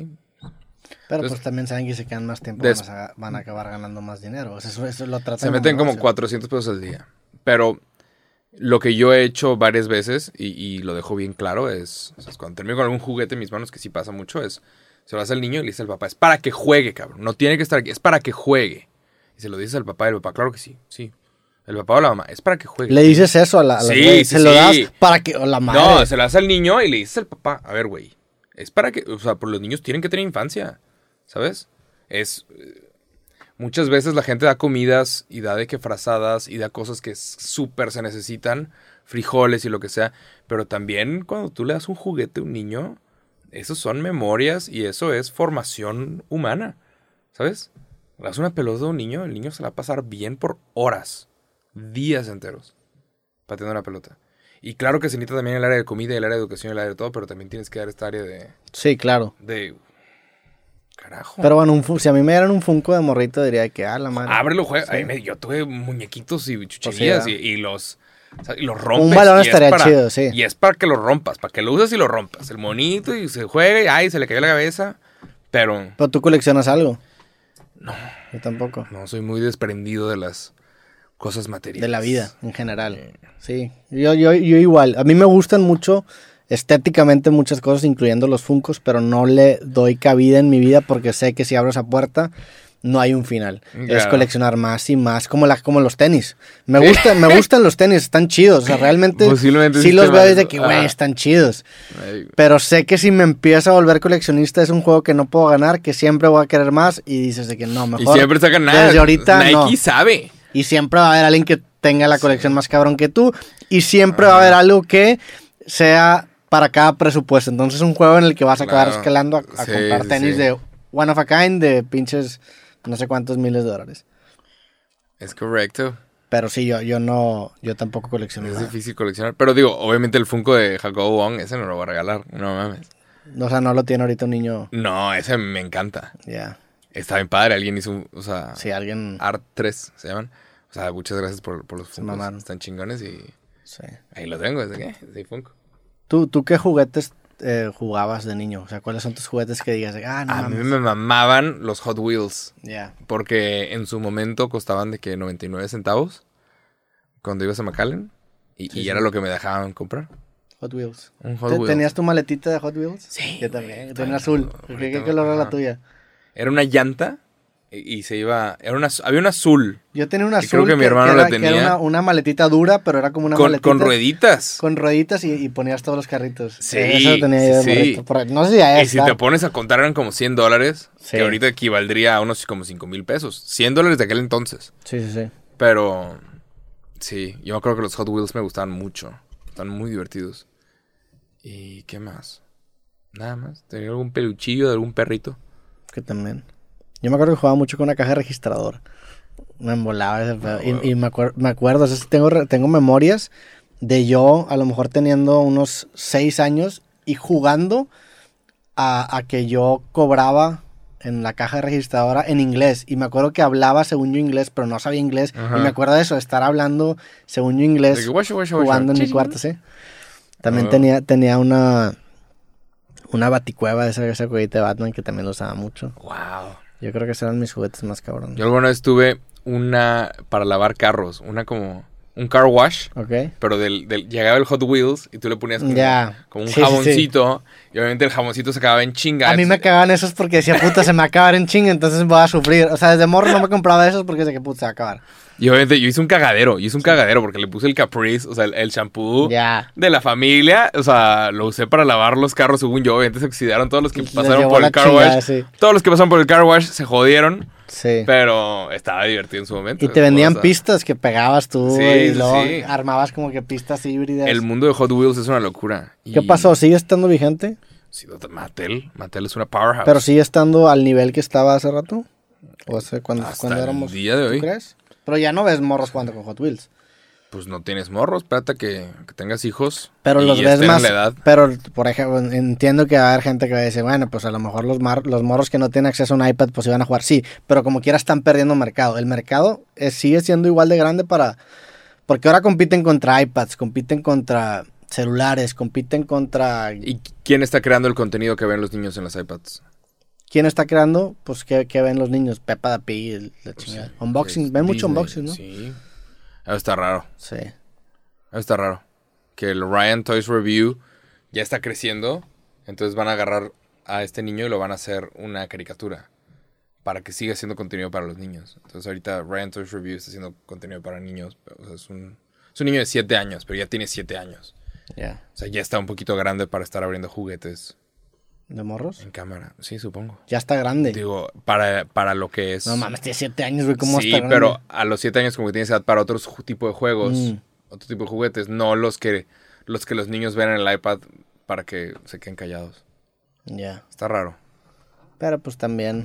Pero pues también saben que si quedan más tiempo van a acabar ganando más dinero. O sea, eso lo tratan. Se meten como 400 pesos al día. Pero lo que yo he hecho varias veces, y lo dejo bien claro, es cuando termino con algún juguete en mis manos, que sí pasa mucho, se lo hace al niño y le dice al papá, es para que juegue, cabrón. No tiene que estar aquí, es para que juegue. Y se lo dices al papá y el papá, claro que sí, sí. El papá o la mamá, es para que juegue. Le dices eso a la sí, se lo das para que... O la madre. No, se lo das al niño y le dices al papá, a ver, güey, es para que... O sea, por los niños tienen que tener infancia, ¿sabes? Muchas veces la gente da comidas y da de que frazadas y da cosas que súper se necesitan, frijoles y lo que sea, pero también cuando tú le das un juguete a un niño, esos son memorias y eso es formación humana, ¿sabes? Le das una pelota a un niño, el niño se la va a pasar bien por horas, días enteros, pateando una pelota. Y claro que se necesita también el área de comida, el área de educación, el área de todo, pero también tienes que dar esta área de... Sí, claro. De Carajo. Pero bueno, si a mí me dieran un Funko de morrito, diría que, la madre. Ábrelo, juega. Sí. Yo tuve muñequitos y chucherías y los rompes. Un balón y estaría chido, sí. Y es para que lo rompas, para que lo uses y lo rompas. El monito y se juegue y ay, se le cayó la cabeza. Pero tú coleccionas algo. no. Yo tampoco. No, soy muy desprendido de las cosas materiales. De la vida, en general. Sí. Yo igual. A mí me gustan mucho estéticamente muchas cosas, incluyendo los Funkos, pero no le doy cabida en mi vida porque sé que si abro esa puerta no hay un final. Claro. Es coleccionar más y más, como los tenis. Me gustan los tenis, están chidos. O sea, realmente sí los veo desde que, güey, están chidos. Pero sé que si me empiezo a volver coleccionista es un juego que no puedo ganar, que siempre voy a querer más y dices de que no, mejor. Y siempre sacan nada. Desde ahorita Nike sabe. Y siempre va a haber alguien que tenga la colección más cabrón que tú. Y siempre va a haber algo que sea para cada presupuesto. Entonces es un juego en el que vas a acabar escalando a comprar tenis de one of a kind de pinches no sé cuántos miles de dólares. Es correcto. Pero sí, yo tampoco colecciono Es nada. difícil coleccionar. Pero digo, obviamente el Funko de Jacobo Wong, ese no lo voy a regalar. No mames. O sea, no lo tiene ahorita un niño. No, ese me encanta. Ya. Está bien padre. Alguien hizo, o sea... Sí, alguien... Art 3 se llaman. O sea, muchas gracias por los Funkos. mamaron. Están chingones y... Sí. Ahí lo tengo, ¿desde qué? Desde Funko. ¿Tú qué juguetes jugabas de niño? O sea, ¿cuáles son tus juguetes que digas? No A mames. mí me mamaban los Hot Wheels. Ya. Porque en su momento costaban de que 99 centavos cuando ibas a McAllen. Y era lo que me dejaban comprar. Hot Wheels. Un Hot Wheels. ¿Tenías tu maletita de Hot Wheels? Sí. Yo también. Güey, Tenía azul. ¿Qué color era la tuya? Era una llanta y se iba... había un azul. Yo tenía una azul. Creo que mi hermano la tenía. Que era una maletita dura, pero era como una maletita. Con rueditas. Con rueditas y ponías todos los carritos. Sí, Eso lo tenía yo de morrito. No sé si Y si te pones a contar eran como $100, sí. que ahorita equivaldría a unos como 5,000 pesos. $100 de aquel entonces. Sí. Pero sí, yo me acuerdo que los Hot Wheels me gustaban mucho. Están muy divertidos. ¿Y qué más? Nada más. ¿Tenía algún peluchillo de algún perrito? Que también. Yo me acuerdo que jugaba mucho con una caja registrador. Me embolaba ese pedo. Y me acuerdo, o sea, tengo memorias de yo a lo mejor teniendo unos 6 años y jugando a que yo cobraba en la caja registradora en inglés. Y me acuerdo que hablaba según yo inglés, pero no sabía inglés. Ajá. Y me acuerdo de eso, de estar hablando según yo inglés, De que, guacho, jugando en mi cuarto, sí. También tenía una baticueva de esa jueguita de Batman que también lo usaba mucho. Wow. Yo creo que esos eran mis juguetes más cabrones. Yo alguna vez tuve una para lavar carros, una como un car wash, Ok. pero llegaba el Hot Wheels y tú le ponías como un Sí, jaboncito y obviamente el jaboncito se acababa en chinga. A mí me cagaban esos porque decía, puta, se me va a acabar en chinga, entonces voy a sufrir. O sea, desde morro no me compraba esos porque decía que puta, se va a acabar. Y obviamente yo hice un cagadero porque le puse el Caprice, o sea, el shampoo de la familia, o sea, lo usé para lavar los carros según yo, obviamente se oxidaron todos los que pasaron por el car wash. Sí. Todos los que pasaron por el car wash se jodieron. Sí. Pero estaba divertido en su momento. Y te vendían pistas que pegabas tú Sí, y luego sí. armabas como que pistas híbridas. El mundo de Hot Wheels es una locura. ¿Qué pasó? ¿Sigue estando vigente? Sí, Mattel es una powerhouse. ¿Pero sigue estando al nivel que estaba hace rato? ¿O hace cuando Hasta éramos? el día de hoy. ¿Tú crees? Pero ya no ves morros jugando con Hot Wheels. Pues no tienes morros, espérate que tengas hijos. Pero y los ves estén más. en la edad. Pero, por ejemplo, entiendo que va a haber gente que va a decir, bueno, pues a lo mejor los morros que no tienen acceso a un iPad, pues iban a jugar. Sí, pero como quiera están perdiendo mercado. El mercado sigue siendo igual de grande porque ahora compiten contra iPads, compiten contra celulares, compiten contra... ¿Y quién está creando el contenido que ven los niños en las iPads? ¿Quién está creando? Pues, ¿qué ven los niños? Peppa the Pig, la chingada. Sí, Unboxing, ven mucho Disney, unboxing, ¿no? Sí. Eso está raro. Sí. Eso está raro. Que el Ryan Toys Review ya está creciendo. Entonces van a agarrar a este niño y lo van a hacer una caricatura. Para que siga siendo contenido para los niños. Entonces ahorita Ryan Toys Review está haciendo contenido para niños. O sea, es un niño de 7 años, pero ya tiene 7 años. Ya. O sea, ya está un poquito grande para estar abriendo juguetes. ¿De morros? En cámara, sí, supongo. Ya está grande. Digo, para lo que es... No mames, tiene 7 años, güey, ¿cómo sí, está grande? pero a los 7 años como que tienes edad para otro tipo de juegos, Mm. otro tipo de juguetes, no los que los niños ven en el iPad para que se queden callados. Ya. Está raro. Pero pues también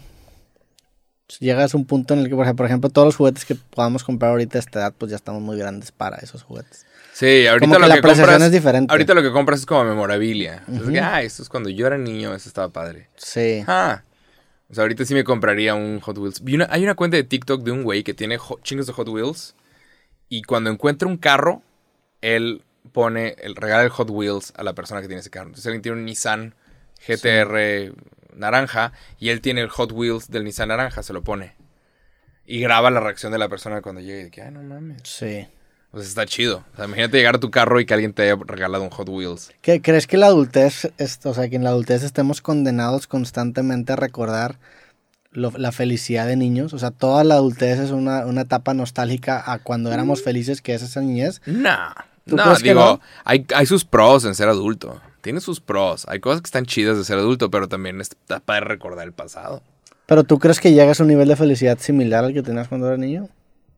llegas a un punto en el que, por ejemplo, todos los juguetes que podamos comprar ahorita a esta edad, pues ya estamos muy grandes para esos juguetes. Sí, ahorita Como que lo la que apreciación compras es diferente. Ahorita lo que compras es como memorabilia. Ujú. Es que, esto es cuando yo era niño, esto estaba padre. Sí. O sea, ahorita sí me compraría un Hot Wheels. Hay una cuenta de TikTok de un güey que tiene chingos de Hot Wheels. Y cuando encuentra un carro, él regala el Hot Wheels a la persona que tiene ese carro. Entonces alguien tiene un Nissan GTR naranja y él tiene el Hot Wheels del Nissan naranja, se lo pone. Y graba la reacción de la persona cuando llegue y de que, ay, no mames. Sí. Pues está chido. O sea, imagínate llegar a tu carro y que alguien te haya regalado un Hot Wheels. ¿Crees que la adultez, o sea, que en la adultez estemos condenados constantemente a recordar la felicidad de niños? O sea, toda la adultez es una etapa nostálgica a cuando éramos felices, que es esa niñez. No, ¿Crees que digo, no? hay sus pros en ser adulto. Tiene sus pros. Hay cosas que están chidas de ser adulto, pero también está para recordar el pasado. ¿Pero tú crees que llegas a un nivel de felicidad similar al que tenías cuando eras niño?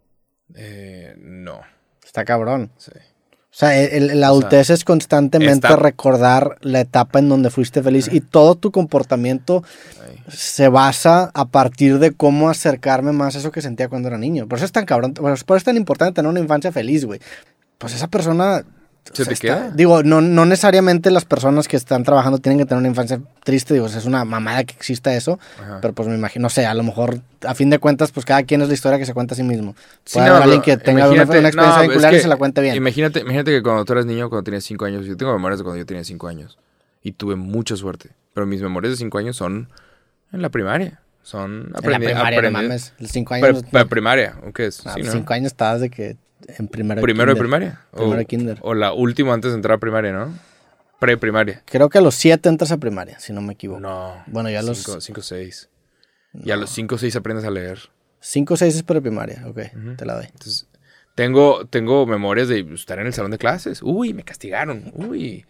No. Está cabrón. Sí. O sea, la adultez es constantemente recordar la etapa en donde fuiste feliz y todo tu comportamiento se basa a partir de cómo acercarme más a eso que sentía cuando era niño. Por eso es tan cabrón, por eso es tan importante tener una infancia feliz, güey. Pues esa persona... ¿Se te queda? Digo, no necesariamente las personas que están trabajando tienen que tener una infancia triste, digo, es una mamada que exista eso, pero pues me imagino, no sé, a lo mejor, a fin de cuentas, pues cada quien es la historia que se cuenta a sí mismo. Puede haber alguien que tenga una experiencia vincular y se la cuente bien. Imagínate que cuando tú eras niño, cuando tenías 5 años, yo tengo memorias de cuando yo tenía 5 años, y tuve mucha suerte, pero mis memorias de 5 años son en la primaria. Son aprendiendo. En la primaria, no mames, 5 años. Primaria, ¿o qué es? No, sí, 5 años estabas de que en primero de primaria. Primero de kinder. O la última antes de entrar a primaria, ¿no? Preprimaria. Creo que a los 7 entras a primaria, si no me equivoco. No. Bueno, ya a los 5 o 6. Y a los 5 o 6 aprendes a leer. 5 o 6 es preprimaria, ok, te la doy. Entonces, tengo memorias de estar en el salón de clases. Uy, me castigaron. Uy.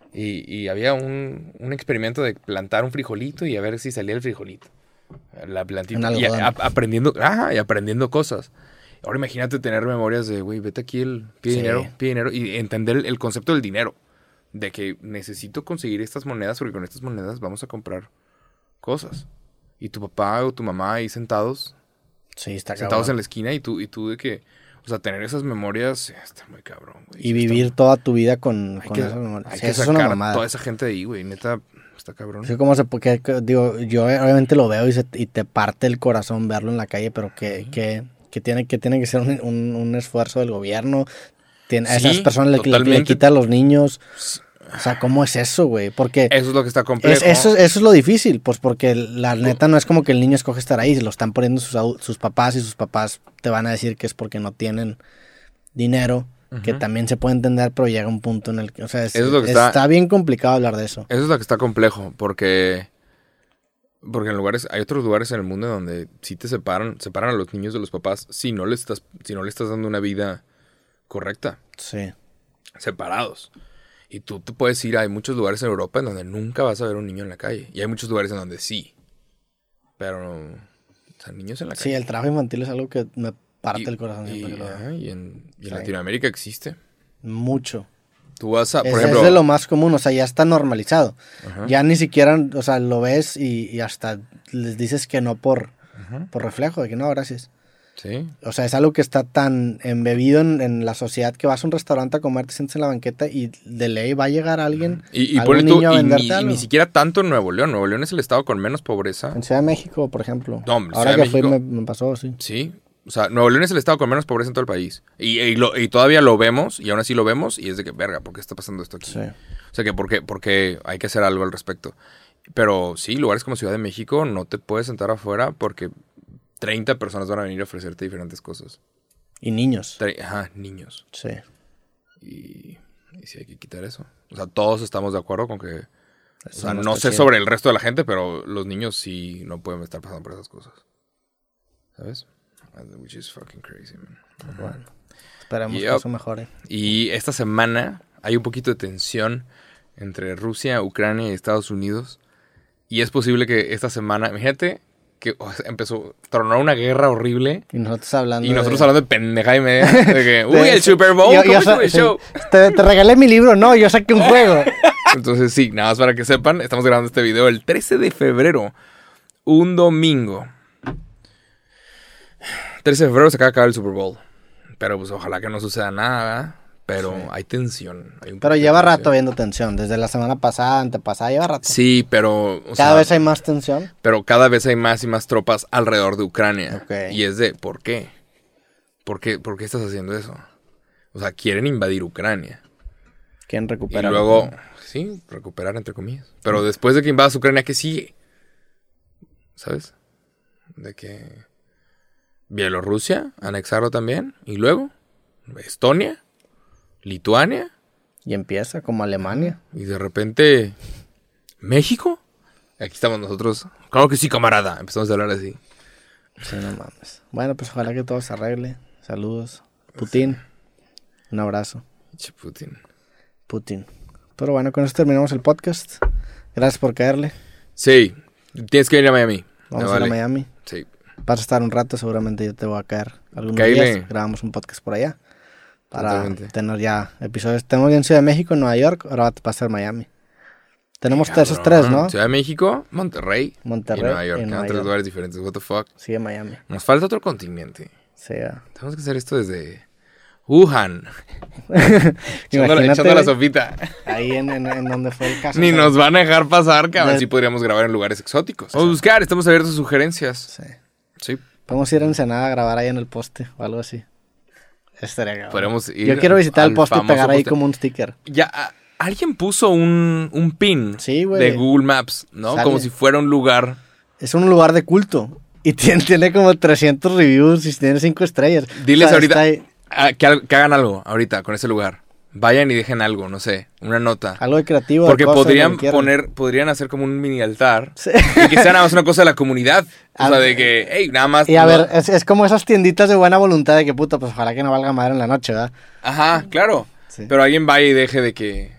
Y había un experimento de plantar un frijolito y a ver si salía el frijolito. La plantita. Y aprendiendo cosas. Ahora imagínate tener memorias de, güey, vete aquí, pide dinero y entender el concepto del dinero. De que necesito conseguir estas monedas porque con estas monedas vamos a comprar cosas. Y tu papá o tu mamá ahí sentados. Sí, está sentados cabrón. en la esquina y tú de que, o sea, tener esas memorias está muy cabrón, güey. Y vivir toda tu vida con esas memorias. Hay que sacar a toda esa gente de ahí, güey, neta. Está cabrón. Sí, como porque digo, yo obviamente lo veo y te parte el corazón verlo en la calle, pero que tiene que ser un esfuerzo del gobierno. A esas personas le quita a los niños. O sea, ¿cómo es eso, güey? Porque eso es lo que está complejo. Eso es lo difícil, pues porque la neta no es como que el niño escoge estar ahí, se lo están poniendo sus papás y sus papás te van a decir que es porque no tienen dinero. Que también se puede entender, pero llega un punto en el que, o sea, está bien complicado hablar de eso. Eso es lo que está complejo, porque hay otros lugares en el mundo donde sí te separan a los niños de los papás si no le estás dando una vida correcta. Sí. Separados. Y tú te puedes ir, hay muchos lugares en Europa en donde nunca vas a ver un niño en la calle. Y hay muchos lugares en donde sí. Pero, o sea, niños en la calle. Sí, el trabajo infantil es algo que me parte el corazón siempre que lo veo. Y en Latinoamérica existe. Mucho. Tú vas a, por ejemplo... Es de lo más común, o sea, ya está normalizado. Ajá. Ya ni siquiera, o sea, lo ves y hasta les dices que no por reflejo, de que no, gracias. Sí. O sea, es algo que está tan embebido en la sociedad que vas a un restaurante a comer, te sientes en la banqueta y de ley va a llegar alguien, algún niño a venderte algo. Y ni siquiera tanto en Nuevo León. Nuevo León es el estado con menos pobreza. En Ciudad de México, por ejemplo. No, ahora que fui me pasó, sí. Sí. O sea, Nuevo León es el estado con menos pobreza en todo el país. Y todavía lo vemos, y aún así lo vemos, y es de que, verga, ¿por qué está pasando esto aquí? Sí. O sea, que porque hay que hacer algo al respecto. Pero sí, lugares como Ciudad de México no te puedes sentar afuera porque 30 personas van a venir a ofrecerte diferentes cosas. Y niños. Niños. Sí. Y sí hay que quitar eso. O sea, todos estamos de acuerdo con que... O sea, no sé chido sobre el resto de la gente, pero los niños sí no pueden estar pasando por esas cosas. ¿Sabes? Which is fucking crazy, man. Bueno, esperemos que eso mejore. Y esta semana hay un poquito de tensión entre Rusia, Ucrania y Estados Unidos. Y es posible que esta semana, imagínate que tronó una guerra horrible. Y nosotros hablando de pendejada y media. De que, uy, el Super Bowl, ¿cómo estuvo el show? Te regalé mi libro, no, yo saqué un juego. Entonces sí, nada más para que sepan, estamos grabando este video el 13 de febrero, un domingo. 13 de febrero se acaba de acabar el Super Bowl. Pero pues ojalá que no suceda nada, ¿verdad? pero Sí. hay tensión. Hay un Pero poco de lleva tensión. rato viendo tensión. Desde la semana pasada, antepasada, lleva rato. Sí, pero... o Cada sea, vez hay más tensión. Pero cada vez hay más y más tropas alrededor de Ucrania. Ok. Y es de, ¿por qué? ¿Por qué estás haciendo eso? O sea, quieren invadir Ucrania. ¿Quién Y recupera? luego, sí, recuperar entre comillas. Pero después de que invadas Ucrania, ¿qué sigue? ¿Sabes? De que Bielorrusia, anexarlo también. Y luego, Estonia, Lituania. Y empieza como Alemania. Y de repente, ¿México? Aquí estamos nosotros. Claro que sí, camarada. Empezamos a hablar así. Sí, no mames. Bueno, pues ojalá que todo se arregle. Saludos. Putin. Un abrazo. Che, Putin. Putin. Pero bueno, con eso terminamos el podcast. Gracias por caerle. Sí, tienes que venir a Miami. Vamos Me a ir a vale. Miami. Sí. Vas a estar un rato, seguramente yo te voy a caer algunos Cáele. días. Grabamos un podcast por allá. Para Totalmente. tener ya episodios. Tenemos ya en Ciudad de México, en Nueva York. Ahora va a ser Miami. Tenemos Cabrón. esos tres, ¿no? Ciudad de México, Monterrey, Monterrey y Nueva York. y Eran Nueva tres York. lugares diferentes. What the fuck. Sigue Miami. Nos falta otro continente. Sí, ya. Tenemos que hacer esto desde Wuhan. echando Imagínate, la sopita. ahí en donde fue el caso. Ni o sea, nos van a dejar pasar, cabrón. De- Sí podríamos grabar en lugares exóticos. Vamos a buscar, estamos abiertos a sugerencias. Sí. Sí. Podemos ir a Ensenada a grabar ahí en el poste o algo así. Estaría cabrón. Podemos ir Yo quiero visitar el al poste y famoso pegar ahí poste. como un sticker. Ya, alguien puso un pin Sí, güey. de Google Maps, ¿no? Sale. Como si fuera un lugar. Es un lugar de culto. Y tiene como 300 reviews y tiene 5 estrellas. Diles O sea, ahorita está ahí que hagan algo ahorita con ese lugar. Vayan y dejen algo, no sé, una nota. algo de creativo. de Porque cosas, podrían lo que quieran. podrían hacer como un mini altar Sí. y que sea nada más una cosa de la comunidad. O A sea, ver. de que, hey, nada más. Y a no- ver, es como esas tienditas de buena voluntad de que puta, pues ojalá que no valga madre en la noche, ¿verdad? Ajá, claro. Sí. Pero alguien vaya y deje de que.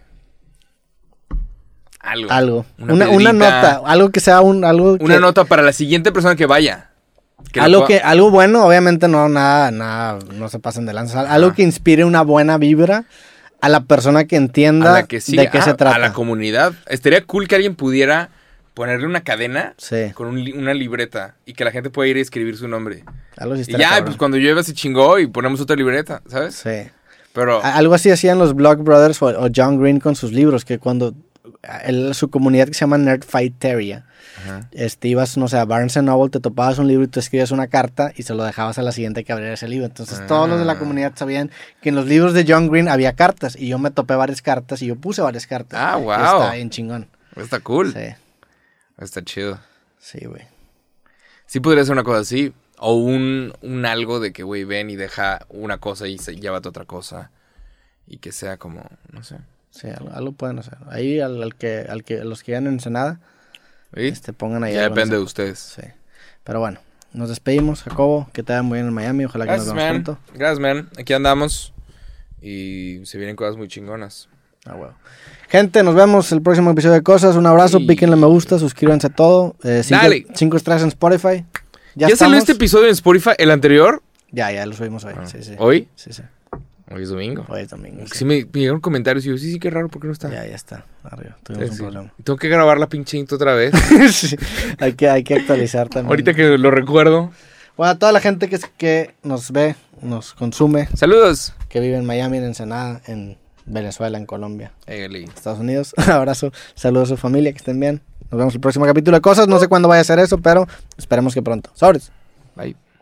Algo. Algo. Una Una piedrita, nota. Algo que sea algo Una que- nota para la siguiente persona que vaya. Que la algo pueda- algo bueno, obviamente nada, no se pasen de lanza. Algo que inspire una buena vibra a la persona que entienda a la que sigue, de qué se trata. a la comunidad. Estaría cool que alguien pudiera ponerle una cadena Sí, con una libreta y que la gente pueda ir a escribir su nombre. algo así Y estaría ya, cabrón. pues cuando llueva se chingó y ponemos otra libreta, ¿sabes? Sí. Pero Algo así hacían los Block Brothers o John Green con sus libros, que cuando su comunidad que se llama Nerdfighteria, Ajá. ibas, no sé, a Barnes Noble, te topabas un libro y tú escribías una carta y se lo dejabas a la siguiente que abriera ese libro. Entonces todos los de la comunidad sabían que en los libros de John Green había cartas y yo me topé varias cartas y yo puse varias cartas. Ah, Y wow. está bien chingón. Está cool. Sí, Está chido. sí, güey. Sí podría ser una cosa así. O un algo de que, güey, ven y deja una cosa y se llévate otra cosa. Y que sea como, no sé. Sí, algo pueden hacer. Ahí los que vayan en Ensenada, ¿Sí? pongan ahí Ya algo en depende de ese- ustedes. Sí. Pero bueno, nos despedimos, Jacobo. Que te vaya muy bien en Miami. Ojalá que Gracias, nos veamos man. pronto. Gracias, man. Aquí andamos. Y se vienen cosas muy chingonas. Ah, huevo. Gente, nos vemos el próximo episodio de Cosas. Un abrazo, Sí. píquenle me gusta, suscríbanse a todo. Dale. 5 estrellas en Spotify. ¿Ya salió estamos. este episodio en Spotify? ¿El anterior? Ya lo subimos hoy. Sí, sí. ¿Hoy? Sí, sí. Hoy es domingo. Hoy es domingo. Sí me llegaron comentarios y yo, sí, qué raro, ¿por qué no está? Ya está. Arriba. Tuvimos un Sí. problema. Tengo que grabar la pinche intro otra vez. Sí, hay que actualizar también. Ahorita que lo recuerdo. Bueno, a toda la gente que nos ve, nos consume, Saludos. que vive en Miami, en Ensenada, en Venezuela, en Colombia, Égale. Estados Unidos. Abrazo, saludos a su familia, que estén bien. Nos vemos el próximo capítulo de Cosas. No sé cuándo vaya a ser eso, pero esperemos que pronto. Sobres. Bye.